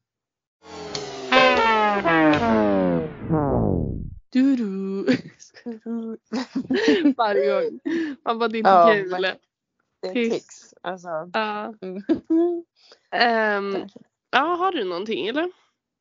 Du du. Varje gång. Man bara det är inte Ja, kul. men det är Tyst. tics. Alltså. Ja. Mm. Ehm, ja, har du någonting eller?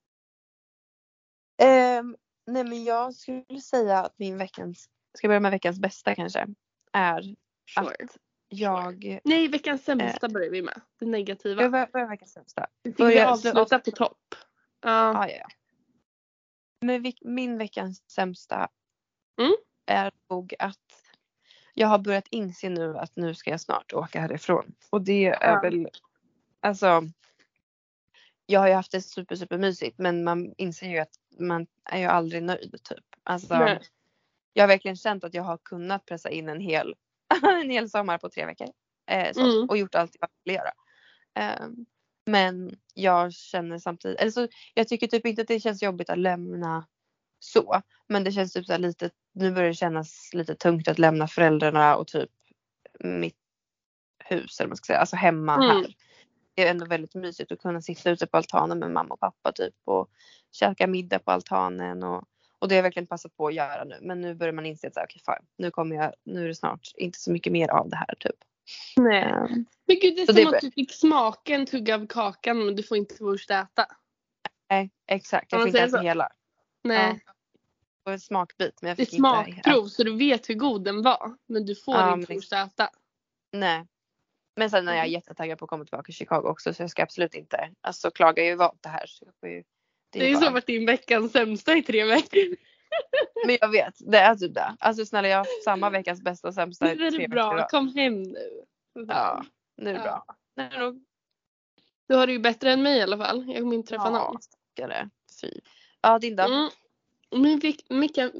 Ehm, nej men jag skulle säga att min veckans, ska jag börja med veckans bästa kanske, är Sure. att jag, Nej, veckans sämsta börjar vi med. Det negativa. jag börjar med veckans sämsta. Jag tycker vi Börja- avslutar på topp. Ja. Ja, ja, ja. Men vi- min veckans sämsta Mm. är nog att jag har börjat inse nu att nu ska jag snart åka härifrån. Och det är Ja. väl, alltså, jag har ju haft det super super mysigt, men man inser ju att man är ju aldrig nöjd typ. Alltså, Nej. jag har verkligen känt att jag har kunnat pressa in en hel, en hel sommar på tre veckor. Eh, så, Mm. och gjort allt jag vill göra. Eh, men jag känner samtidigt, eller så, jag tycker typ inte att det känns jobbigt att lämna så. Men det känns typ så här lite, nu börjar det kännas lite tungt att lämna föräldrarna och typ mitt hus, eller vad man ska säga, alltså hemma Mm. här. Det är ändå väldigt mysigt att kunna sitta ute på altanen med mamma och pappa typ och käka middag på altanen och, och det har jag verkligen passat på att göra nu. Men nu börjar man inse att okej, okay, fine, nu kommer jag, nu är det snart inte så mycket mer av det här typ. Nej. Um, Men gud, det är så som det är att du fick smaka en tugga av kakan men du får inte först äta. nej, exakt. Jag Kan man fick inte säga ens så? hela. Nej. Ja, och en smakbit, men jag Det är fick inte smakprov så du vet hur god den var. Men du får Ja, inte men- först äta. Nej. Men sen är jag jättetaggad på att komma tillbaka till Chicago också, så jag ska absolut inte, alltså klaga ju valt det här. Så jag får ju, Det är ju ju bara- som att din veckans sämsta i tre veckor. Men jag vet, det är typ det. Alltså snälla, jag har haft samma veckans bästa och sämsta Nu i är tre det veckor bra, idag. kom hem nu. Ja, nu är det Ja. bra. Nu är det nog Du har det ju bättre än mig i alla fall. Jag kommer inte träffa någon. stackare. Fy. Ja, din då? Mm. Min fick mycket.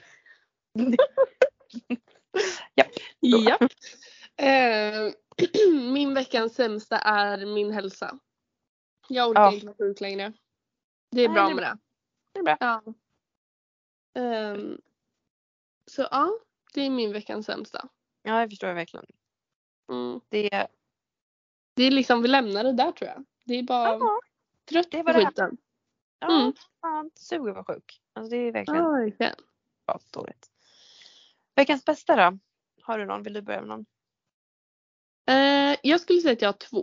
Ja. Japp. Eh, min veckans sämsta är min hälsa. Jag orkar Ja. inte vara sjuk längre. Det är Nej, bra det är med det. Det är bra. Ja. Ehm, så ja, det är min veckans sämsta. Ja, jag förstår verkligen. Mm. Det, Det är liksom, vi lämnar det där tror jag. Det är bara ja, trött det på var det här. skiten. ja Mm. fan, suger var sjuk. Alltså det är verkligen Ja, verkligen. bra dåligt. Veckans bästa då? Har du någon? Vill du börja med någon? Eh, jag skulle säga att jag har två.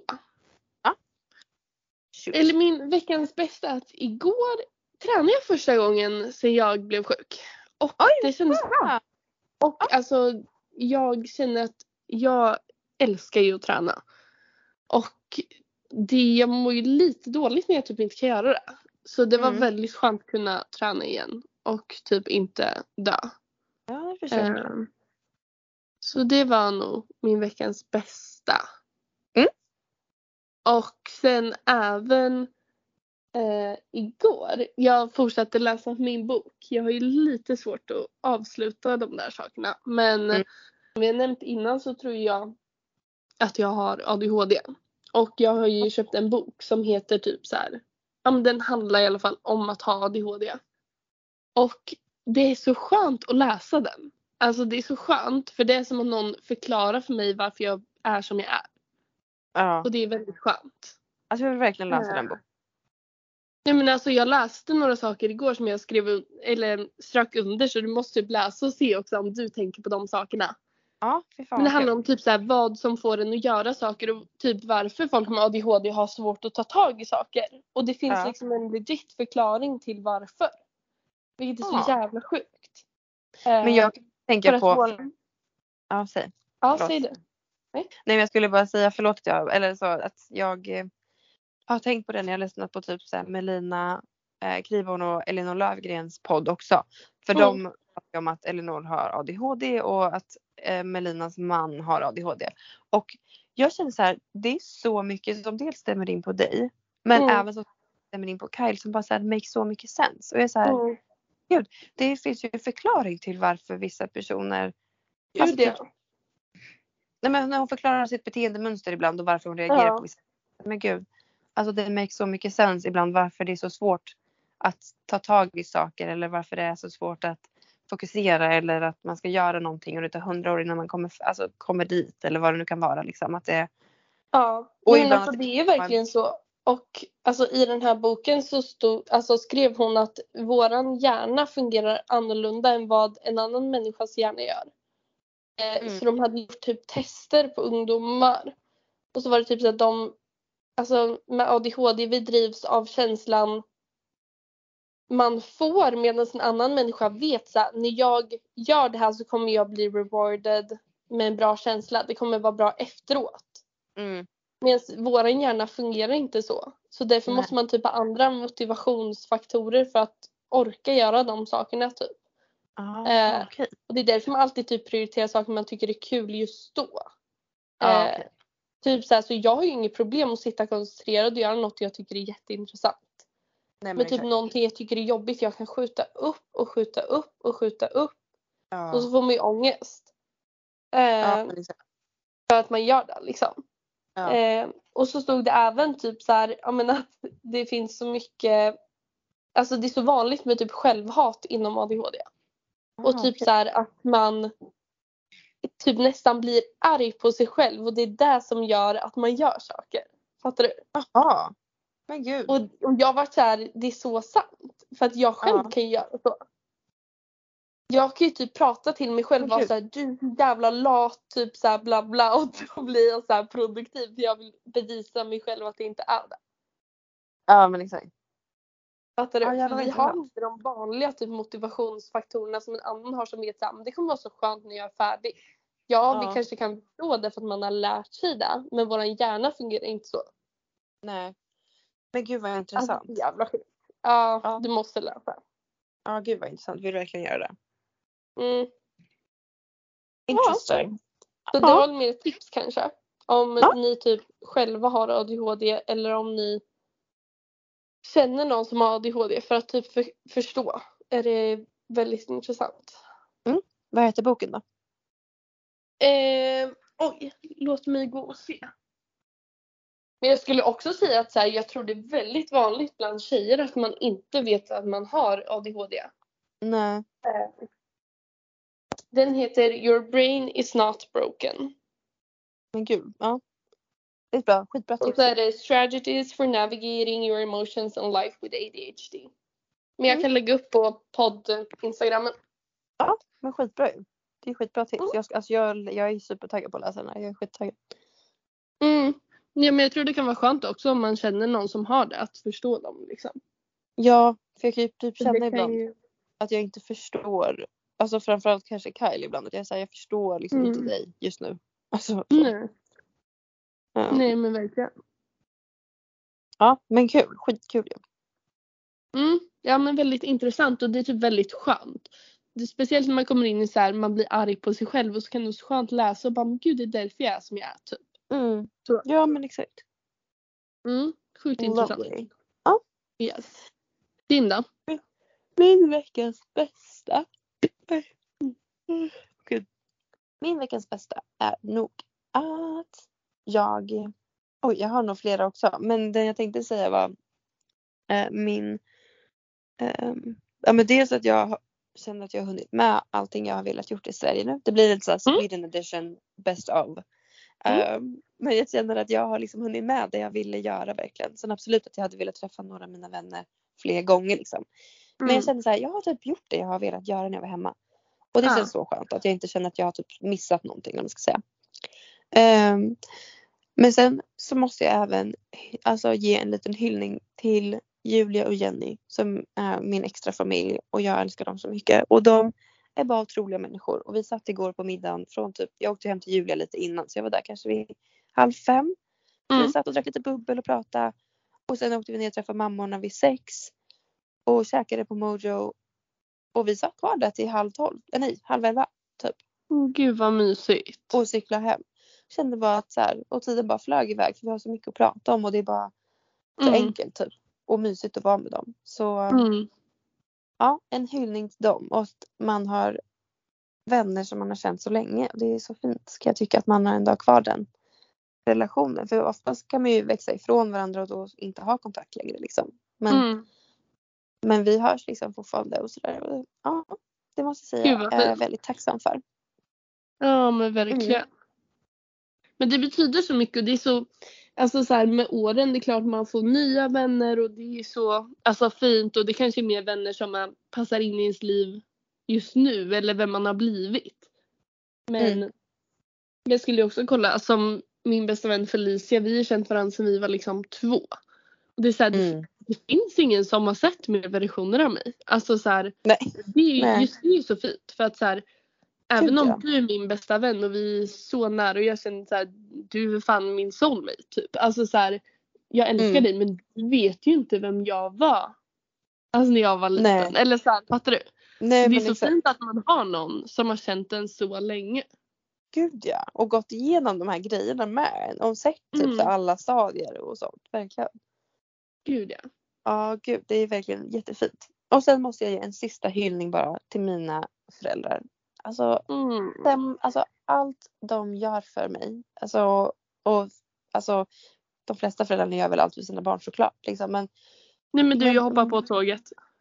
Shoot. Eller min veckans bästa är att igår tränade jag första gången sedan jag blev sjuk. Och Oj, det kändes bra. Och alltså jag känner att jag älskar ju att träna. Och det, jag mår ju lite dåligt när jag typ inte kan göra det. Så det var Mm. väldigt skönt att kunna träna igen. Och typ inte dö. Ja, det förstår jag. Um, så det var nog min veckans bästa. Mm. Och sen även eh, igår. Jag fortsatte läsa min bok. Jag har ju lite svårt att avsluta de där sakerna. Men Mm. som jag nämnt innan så tror jag att jag har A D H D. Och jag har ju köpt en bok som heter typ så här. Ja, men den handlar i alla fall om att ha A D H D. Och det är så skönt att läsa den. Alltså det är så skönt. För det är som att någon förklarar för mig varför jag är som jag är. Ja. Och det är väldigt skönt. Alltså jag vill verkligen läsa Ja. den boken. Nej men alltså jag läste några saker igår som jag skrev un- eller strök under. Så du måste typ läsa och se också om du tänker på de sakerna. Ja, fy fan Men det vad handlar kul. om typ så här, vad som får en att göra saker och typ varför folk med A D H D har svårt att ta tag i saker. Och det finns Ja. liksom en legit förklaring till varför. Vilket är så Ja. jävla sjukt. Men jag för tänker att på... vår... Ja, säg. Ja, Förlåt. säg det. Nej, men jag skulle bara säga förlåt att jag, eller så att jag eh, har tänkt på det när jag lyssnat på typ så här Melina eh, Krivon och Elinor Lövgrens podd också. För Mm. de pratar om att Elinor har A D H D och att eh, Melinas man har A D H D. Och jag känner så här, det är så mycket som dels stämmer in på dig. Men Mm. även så stämmer in på Kyle som bara så här, makes så mycket sens. Och jag är så här, Mm. gud, det finns ju en förklaring till varför vissa personer... Alltså, Gud, ja. Nej, men när hon förklarar sitt beteendemönster ibland och varför hon reagerar Ja. på vissa. Men gud, alltså det makes så mycket sens ibland varför det är så svårt att ta tag i saker. Eller varför det är så svårt att fokusera. Eller att man ska göra någonting och det tar hundra år innan man kommer, alltså, kommer dit. Eller vad det nu kan vara liksom. Att det, Ja, och men ibland alltså att det är verkligen så. Och alltså i den här boken så stod, alltså skrev hon att våran hjärna fungerar annorlunda än vad en annan människas hjärna gör. Eh, Mm. Så de hade gjort typ tester på ungdomar. Och så var det typ så att de, alltså med A D H D, vi drivs av känslan man får, medan en annan människa vet så här, när jag gör det här så kommer jag bli rewarded med en bra känsla. Det kommer vara bra efteråt. Mm. Men våran hjärna fungerar inte så. Så därför Nej. måste man typ ha andra motivationsfaktorer för att orka göra de sakerna typ. Ah, Eh, okej. och det är därför man alltid typ prioriterar saker man tycker är kul just då. Ah, Eh, okej. Typ så här, så jag har ju inget problem att sitta koncentrerad och göra något jag tycker är jätteintressant. Nej, men Men typ exakt. någonting jag tycker är jobbigt, jag kan skjuta upp och skjuta upp och skjuta upp. Ja. Och så får man ju ångest. Ja, Eh, men exakt. för att man gör det liksom. Ja. Eh, och så stod det även typ så här, jag menar, att det finns så mycket, alltså det är så vanligt med typ självhat inom A D H D. Och Ah, typ okej. så här att man typ nästan blir arg på sig själv och det är det som gör att man gör saker. Fattar du? Jaha. Men gud. Och, och jag var så här, det är så sant. För att jag själv Ja. kan göra så. Jag kan ju typ prata till mig själv och Men vara gud. såhär, du är så jävla lat, typ såhär bla bla. Och då blir jag såhär produktiv. För jag vill bevisa mig själv att det inte är det. Ja, men exakt. Fattar du? Ja, jävlar För vad vi har intressant. inte de vanliga typ motivationsfaktorerna som en annan har som vet såhär, men det kommer vara så skönt när jag är färdig. Ja, vi Ja. kanske kan förstå det för att man har lärt sig det. Men våran hjärna fungerar inte så. Nej. Men gud vad Alltså, intressant. det är jävla sjukt. Ja, Ja. du måste läsa. Ja, gud vad intressant. Vill du verkligen göra det? Mm. Interesting. Så det Ja. var mer tips kanske. Om Ja. ni typ själva har A D H D eller om ni känner någon som har A D H D för att typ för, förstå. Är det väldigt intressant. Mm. Vad heter boken då? Eh, oj, låt mig gå och se. Men jag skulle också säga att så här, jag tror det är väldigt vanligt bland tjejer att man inte vet att man har A D H D. Nej. Eh, den heter Your Brain is not broken. Men gud. Ja. Det är ett bra. Skitbra Och tips. så är det Strategies for navigating your emotions and life with A D H D. Men jag Mm. kan lägga upp på podd Instagrammen. Ja, men skitbra ju. Det är skitbra tips. Mm. Jag, ska- alltså jag, jag är supertaggad på att läsa den här. Jag är skittaggad. Mm. Ja, men jag tror det kan vara skönt också om man känner någon som har det. Att förstå dem liksom. Ja, för jag kan ju typ För känna det kan ibland ju... att jag inte förstår. Alltså framförallt kanske Kyle ibland. Att jag säger jag förstår liksom Mm. inte dig just nu. Alltså så. Nej. Ja. Nej, men verkligen. Ja, men kul. Skitkul ju. Mm. Ja, men väldigt intressant och det är typ väldigt skönt. Det är speciellt när man kommer in i så här, man blir arg på sig själv och så kan det vara så skönt att läsa och bara, men gud, det är därför jag är som jag är typ. Mm. Så. Ja, men exakt. Mm. Sjukt intressant. Lovely. Ja. Yes. Din då? Min veckans bästa. Mm. Gud. Min veckans bästa är nog att jag... Oj, jag har nog flera också. Men den jag tänkte säga var eh, min... Eh, ja, men dels att jag känner att jag har hunnit med allting jag har velat gjort i Sverige nu. Det blir lite så här Mm. Sweden edition best of. Mm. Um, men jag känner att jag har liksom hunnit med det jag ville göra verkligen. Sen absolut att jag hade velat träffa några av mina vänner fler gånger liksom. Men Mm. jag känner så här, jag har typ gjort det jag har velat göra när jag var hemma. Och det Ja. känns så skönt att jag inte känner att jag har typ missat någonting, om man ska säga. Um, men sen så måste jag även alltså, ge en liten hyllning till Julia och Jenny som är min extra familj. Och jag älskar dem så mycket. Och de är bara otroliga människor. Och vi satt igår på middagen från typ, jag åkte hem till Julia lite innan. Så jag var där kanske vid halv fem. Så Mm. vi satt och drack lite bubbel och pratade. Och sen åkte vi ner och träffade mammorna vid sex. Och käkade på Mojo. Och vi satt kvar där till halv tolv. Eh, nej, halv elva typ. Oh, gud vad mysigt. Och cykla hem. Kände bara att så här, och tiden bara flög iväg. För vi har så mycket att prata om. Och det är bara så Mm. enkelt typ. Och mysigt att vara med dem. Så Mm. ja, en hyllning till dem. Och att man har vänner som man har känt så länge. Och det är så fint, ska jag tycka, att man har ändå kvar den relationen. För oftast kan man ju växa ifrån varandra och då inte ha kontakt längre liksom. Men Mm. Men vi hörs liksom fortfarande och sådär. Och, ja, det måste jag Gud, säga vad är jag fint. väldigt tacksam för. Ja, men verkligen. Mm. Men det betyder så mycket och det är så, alltså så här med åren, det är klart man får nya vänner och det är så, alltså fint och det kanske är mer vänner som man passar in i ens liv just nu eller vem man har blivit. Men Mm. jag skulle ju också kolla, som min bästa vän Felicia, vi har känt varandra sedan vi var liksom två. Och det är så här, det, Mm. det finns ingen som har sett mer versioner av mig. Alltså så här, Nej. det är ju, Nej. just det är ju så fint för att så här, även Gud, om ja. du är min bästa vän och vi är så nära och jag känner så här, du är fan min soulmate typ. Alltså så här, jag älskar Mm. dig men du vet ju inte vem jag var. Alltså när jag var liten. Nej. Eller så här, fattar du? Nej, Det är men så exakt. fint att man har någon som har känt en så länge. Gud, ja. Och gått igenom de här grejerna med en. Och sett typ Mm. så alla stadier och sånt. Verkligen. Gud ja. Ja, gud. Det är verkligen jättefint. Och sen måste jag ge en sista hyllning bara till mina föräldrar. Alltså, Mm. dem, alltså allt de gör för mig. Alltså, och alltså de flesta föräldrarna gör väl allt för sina barn såklart. Liksom. Men, Nej men du, men jag hoppar på tåget.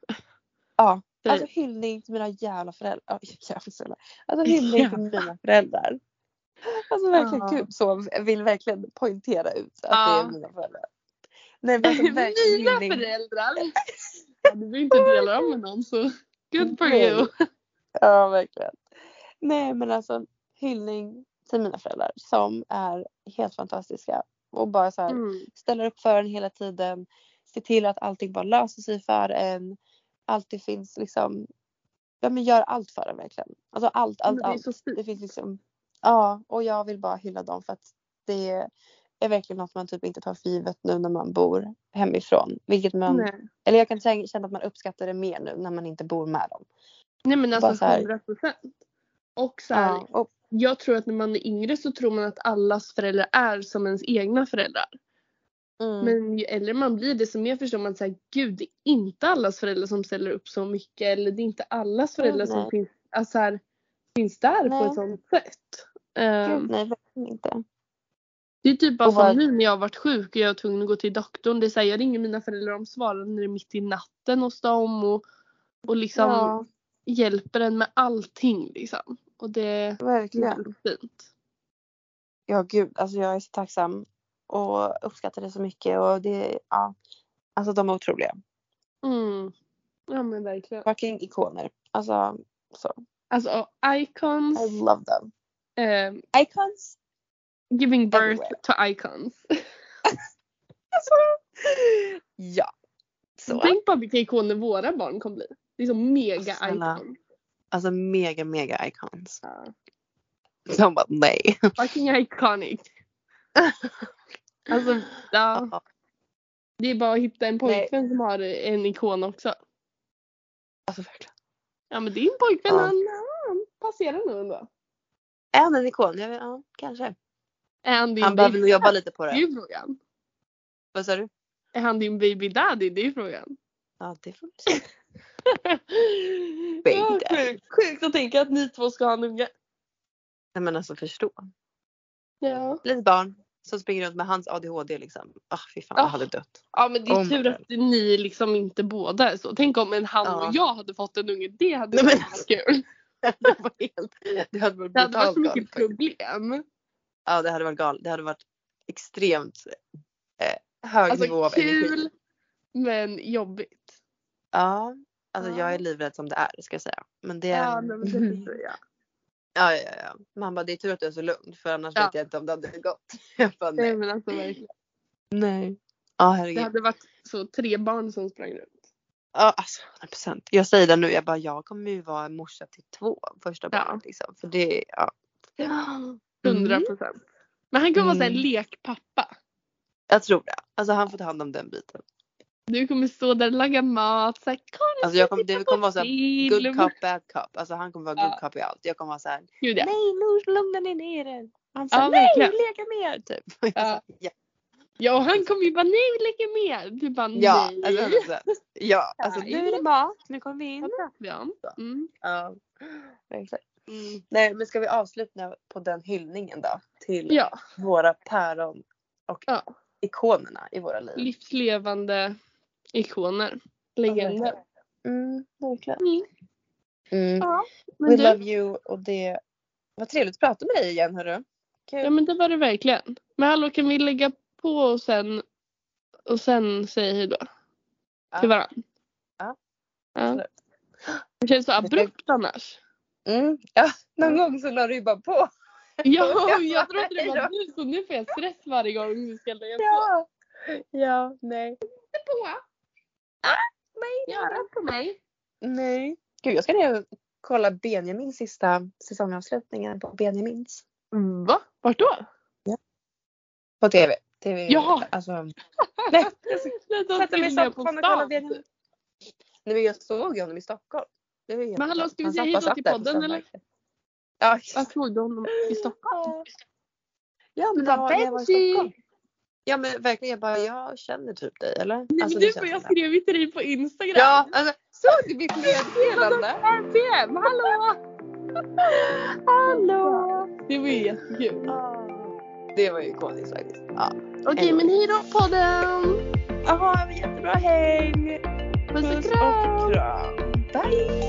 ja, Det- alltså hyllning till mina jävla föräldrar. Jävla föräldrar. Alltså hyllning till mina föräldrar. Alltså verkligen Ja. kul. Så jag vill verkligen poängtera ut att Ja. det är mina föräldrar. Nej, men alltså verkligen Mina hyllning. föräldrar. Ja, du vill inte dela dem med någon så good for Nej. you. Ja, verkligen. Nej, men alltså hyllning till mina föräldrar som är helt fantastiska. Och bara så här Mm. ställer upp för en hela tiden. Se till att allting bara löser sig för en. Alltid finns liksom. Ja, men gör allt för en verkligen. Alltså allt, allt, Men det är allt. så fint. Det finns liksom. Ja, och jag vill bara hylla dem för att det är verkligen något man typ inte tar för givet nu när man bor hemifrån. Vilket man. Nej. Eller jag kan säga, känna att man uppskattar det mer nu när man inte bor med dem. Nej men Bara alltså så här- hundra procent. Och så här, Ja, och jag tror att när man är yngre så tror man att allas föräldrar är som ens egna föräldrar. mm. Men ju äldre man blir det så mer förstår man att säga gud det är inte allas föräldrar som ställer upp så mycket. Eller det är inte allas föräldrar nej. som finns, alltså här, finns där Nej. på ett sånt sätt. Um, Gud, nej, verkligen inte. det är typ bara Och som vad- nu när jag har varit sjuk och jag var tvungen att gå till doktorn. Det är så här, jag ringer mina föräldrar om svarar när det är mitt i natten hos dem. Och, och liksom Ja, hjälper en med allting liksom. Och det det är verkligen. så fint. Ja, gud. Alltså jag är så tacksam. Och uppskattar det så mycket. Och det, ja. Alltså de är otroliga. Mm. Ja men verkligen. Fucking ikoner. Alltså, så. Alltså icons. I love them. ehm, Icons. giving birth Everywhere. to icons. Alltså. Ja. Så. Tänk på vilka ikoner våra barn kommer bli. Det är så mega Snälla. icons. Alltså mega, mega icons. Ja. De bara nej. Fucking iconic. Alltså ja. Ja. Det är bara att hitta en Nej. pojkvän som har en ikon också. Alltså verkligen. Ja men din pojkvän Ja. han, han passerar nog ändå. Är han en ikon? Jag vet, ja, kanske. Är han din Han behöver baby nog jobba daddy? lite på Det är det. ju frågan. Vad sa du? Är han din baby daddy? Det är ju frågan. Ja, det får vi se. Baby Baby ja, sjukt, sjukt att tänka att ni två ska ha en unge. Nej, men alltså förstå. Ja. Litet barn som springer runt med hans A D H D liksom. Ah, fy fan, Ah. jag hade dött. Ja men det är Oh my tur att ni liksom inte båda är så. Tänk om en han Ja. och jag hade fått en unge. Det hade Nej, men- varit kul. Det var helt, det hade varit Det hade varit brutalt så mycket galet faktiskt. problem. Ja, det hade varit galet. Det hade varit extremt eh, hög Alltså nivå av kul energi. men jobbigt. Ja, alltså Ja. jag är livrädd som det är, ska jag säga. Men det Ja nej, men det förstår jag. Ja, ja, ja. Man bara, det är tur att du är så lugn. För annars Ja. vet jag inte om det hade gått. Jag bara, Nej nej. men alltså verkligen. Nej. Ja, Det herregud. hade varit så tre barn som sprang runt. Ja, alltså hundra procent. Jag säger det nu, jag bara, jag kommer ju vara en morsa till två första Ja. barnet liksom. För det, ja. Hundra Mm. procent. Men han kommer vara såhär Mm. lekpappa. Jag tror det. Alltså han får ta hand om den biten. Du kommer stå där och laga mat. Såhär, Alltså jag kommer, det kommer vara så här, good film. cop, bad cop. Alltså han kommer vara Ja. good cop i allt. Jag kommer vara så här, Gud ja. nej nu lugna ner ner er. Han Ja, säger, nej verkligen. leka mer typ. Och jag Ja. så här, ja. Ja och han kommer ju bara nej vi lägger mer. Du bara Ja, nej. alltså, hundra procent. Ja, alltså Nej. nu är det mat. Nu kommer vi in. Vad pratar vi om? Mm. Ja, verkligen. Mm. Nej, men ska vi avsluta på den hyllningen då? Till Ja. våra päron och Ja. ikonerna i våra liv. Livslevande ikoner. Legender. Mm, verkligen. Mm. Mm. Ja, men We du, love you. Och det var trevligt att prata med dig igen, hörru. Kul. ja men det var det verkligen. Men hallå, kan vi lägga på och sen och sen säga hej då Ja. till varandra? Ja, Ja. absolut. Det känns så abrupt annars. Mm. Ja, någon gång så la du ju bara på. Ja, jag trodde det var du, så nu får jag stress varje gång du ska lägga på. Ja, ja, nej. Inte på. Ah, nej. Ja, det på mig. Nej. Gud, jag ska ner och kolla Benjamins sista säsongavslutningen på Benjamins. Va? Vart då? På tv. tv Jaha. Alltså, nej. Jag Sätter mig i på soffan och kollar stan. Benjamin. Nej, men jag såg honom i Stockholm. Det var helt Men hallå, klart. ska vi Han säga satt hej bara då satt till där på podden, eller? Strandberget. Ja, Jag såg honom i Stockholm. ja, men Du det bara, var, det var i Benji! Stockholm. Ja, men verkligen, jag bara, jag känner typ dig, eller? Nej, Alltså, men det du, känns för jag som det. skrev ju till dig på Instagram. Ja, alltså, såg du mitt meddelande? R P M, hallå! Hallå! Det var ju jättekul. Ah, det var ju ikoniskt faktiskt. Ja. Okej, men hej då podden! Jaha, jättebra häng! Puss och Puss kram! och kram! Bye!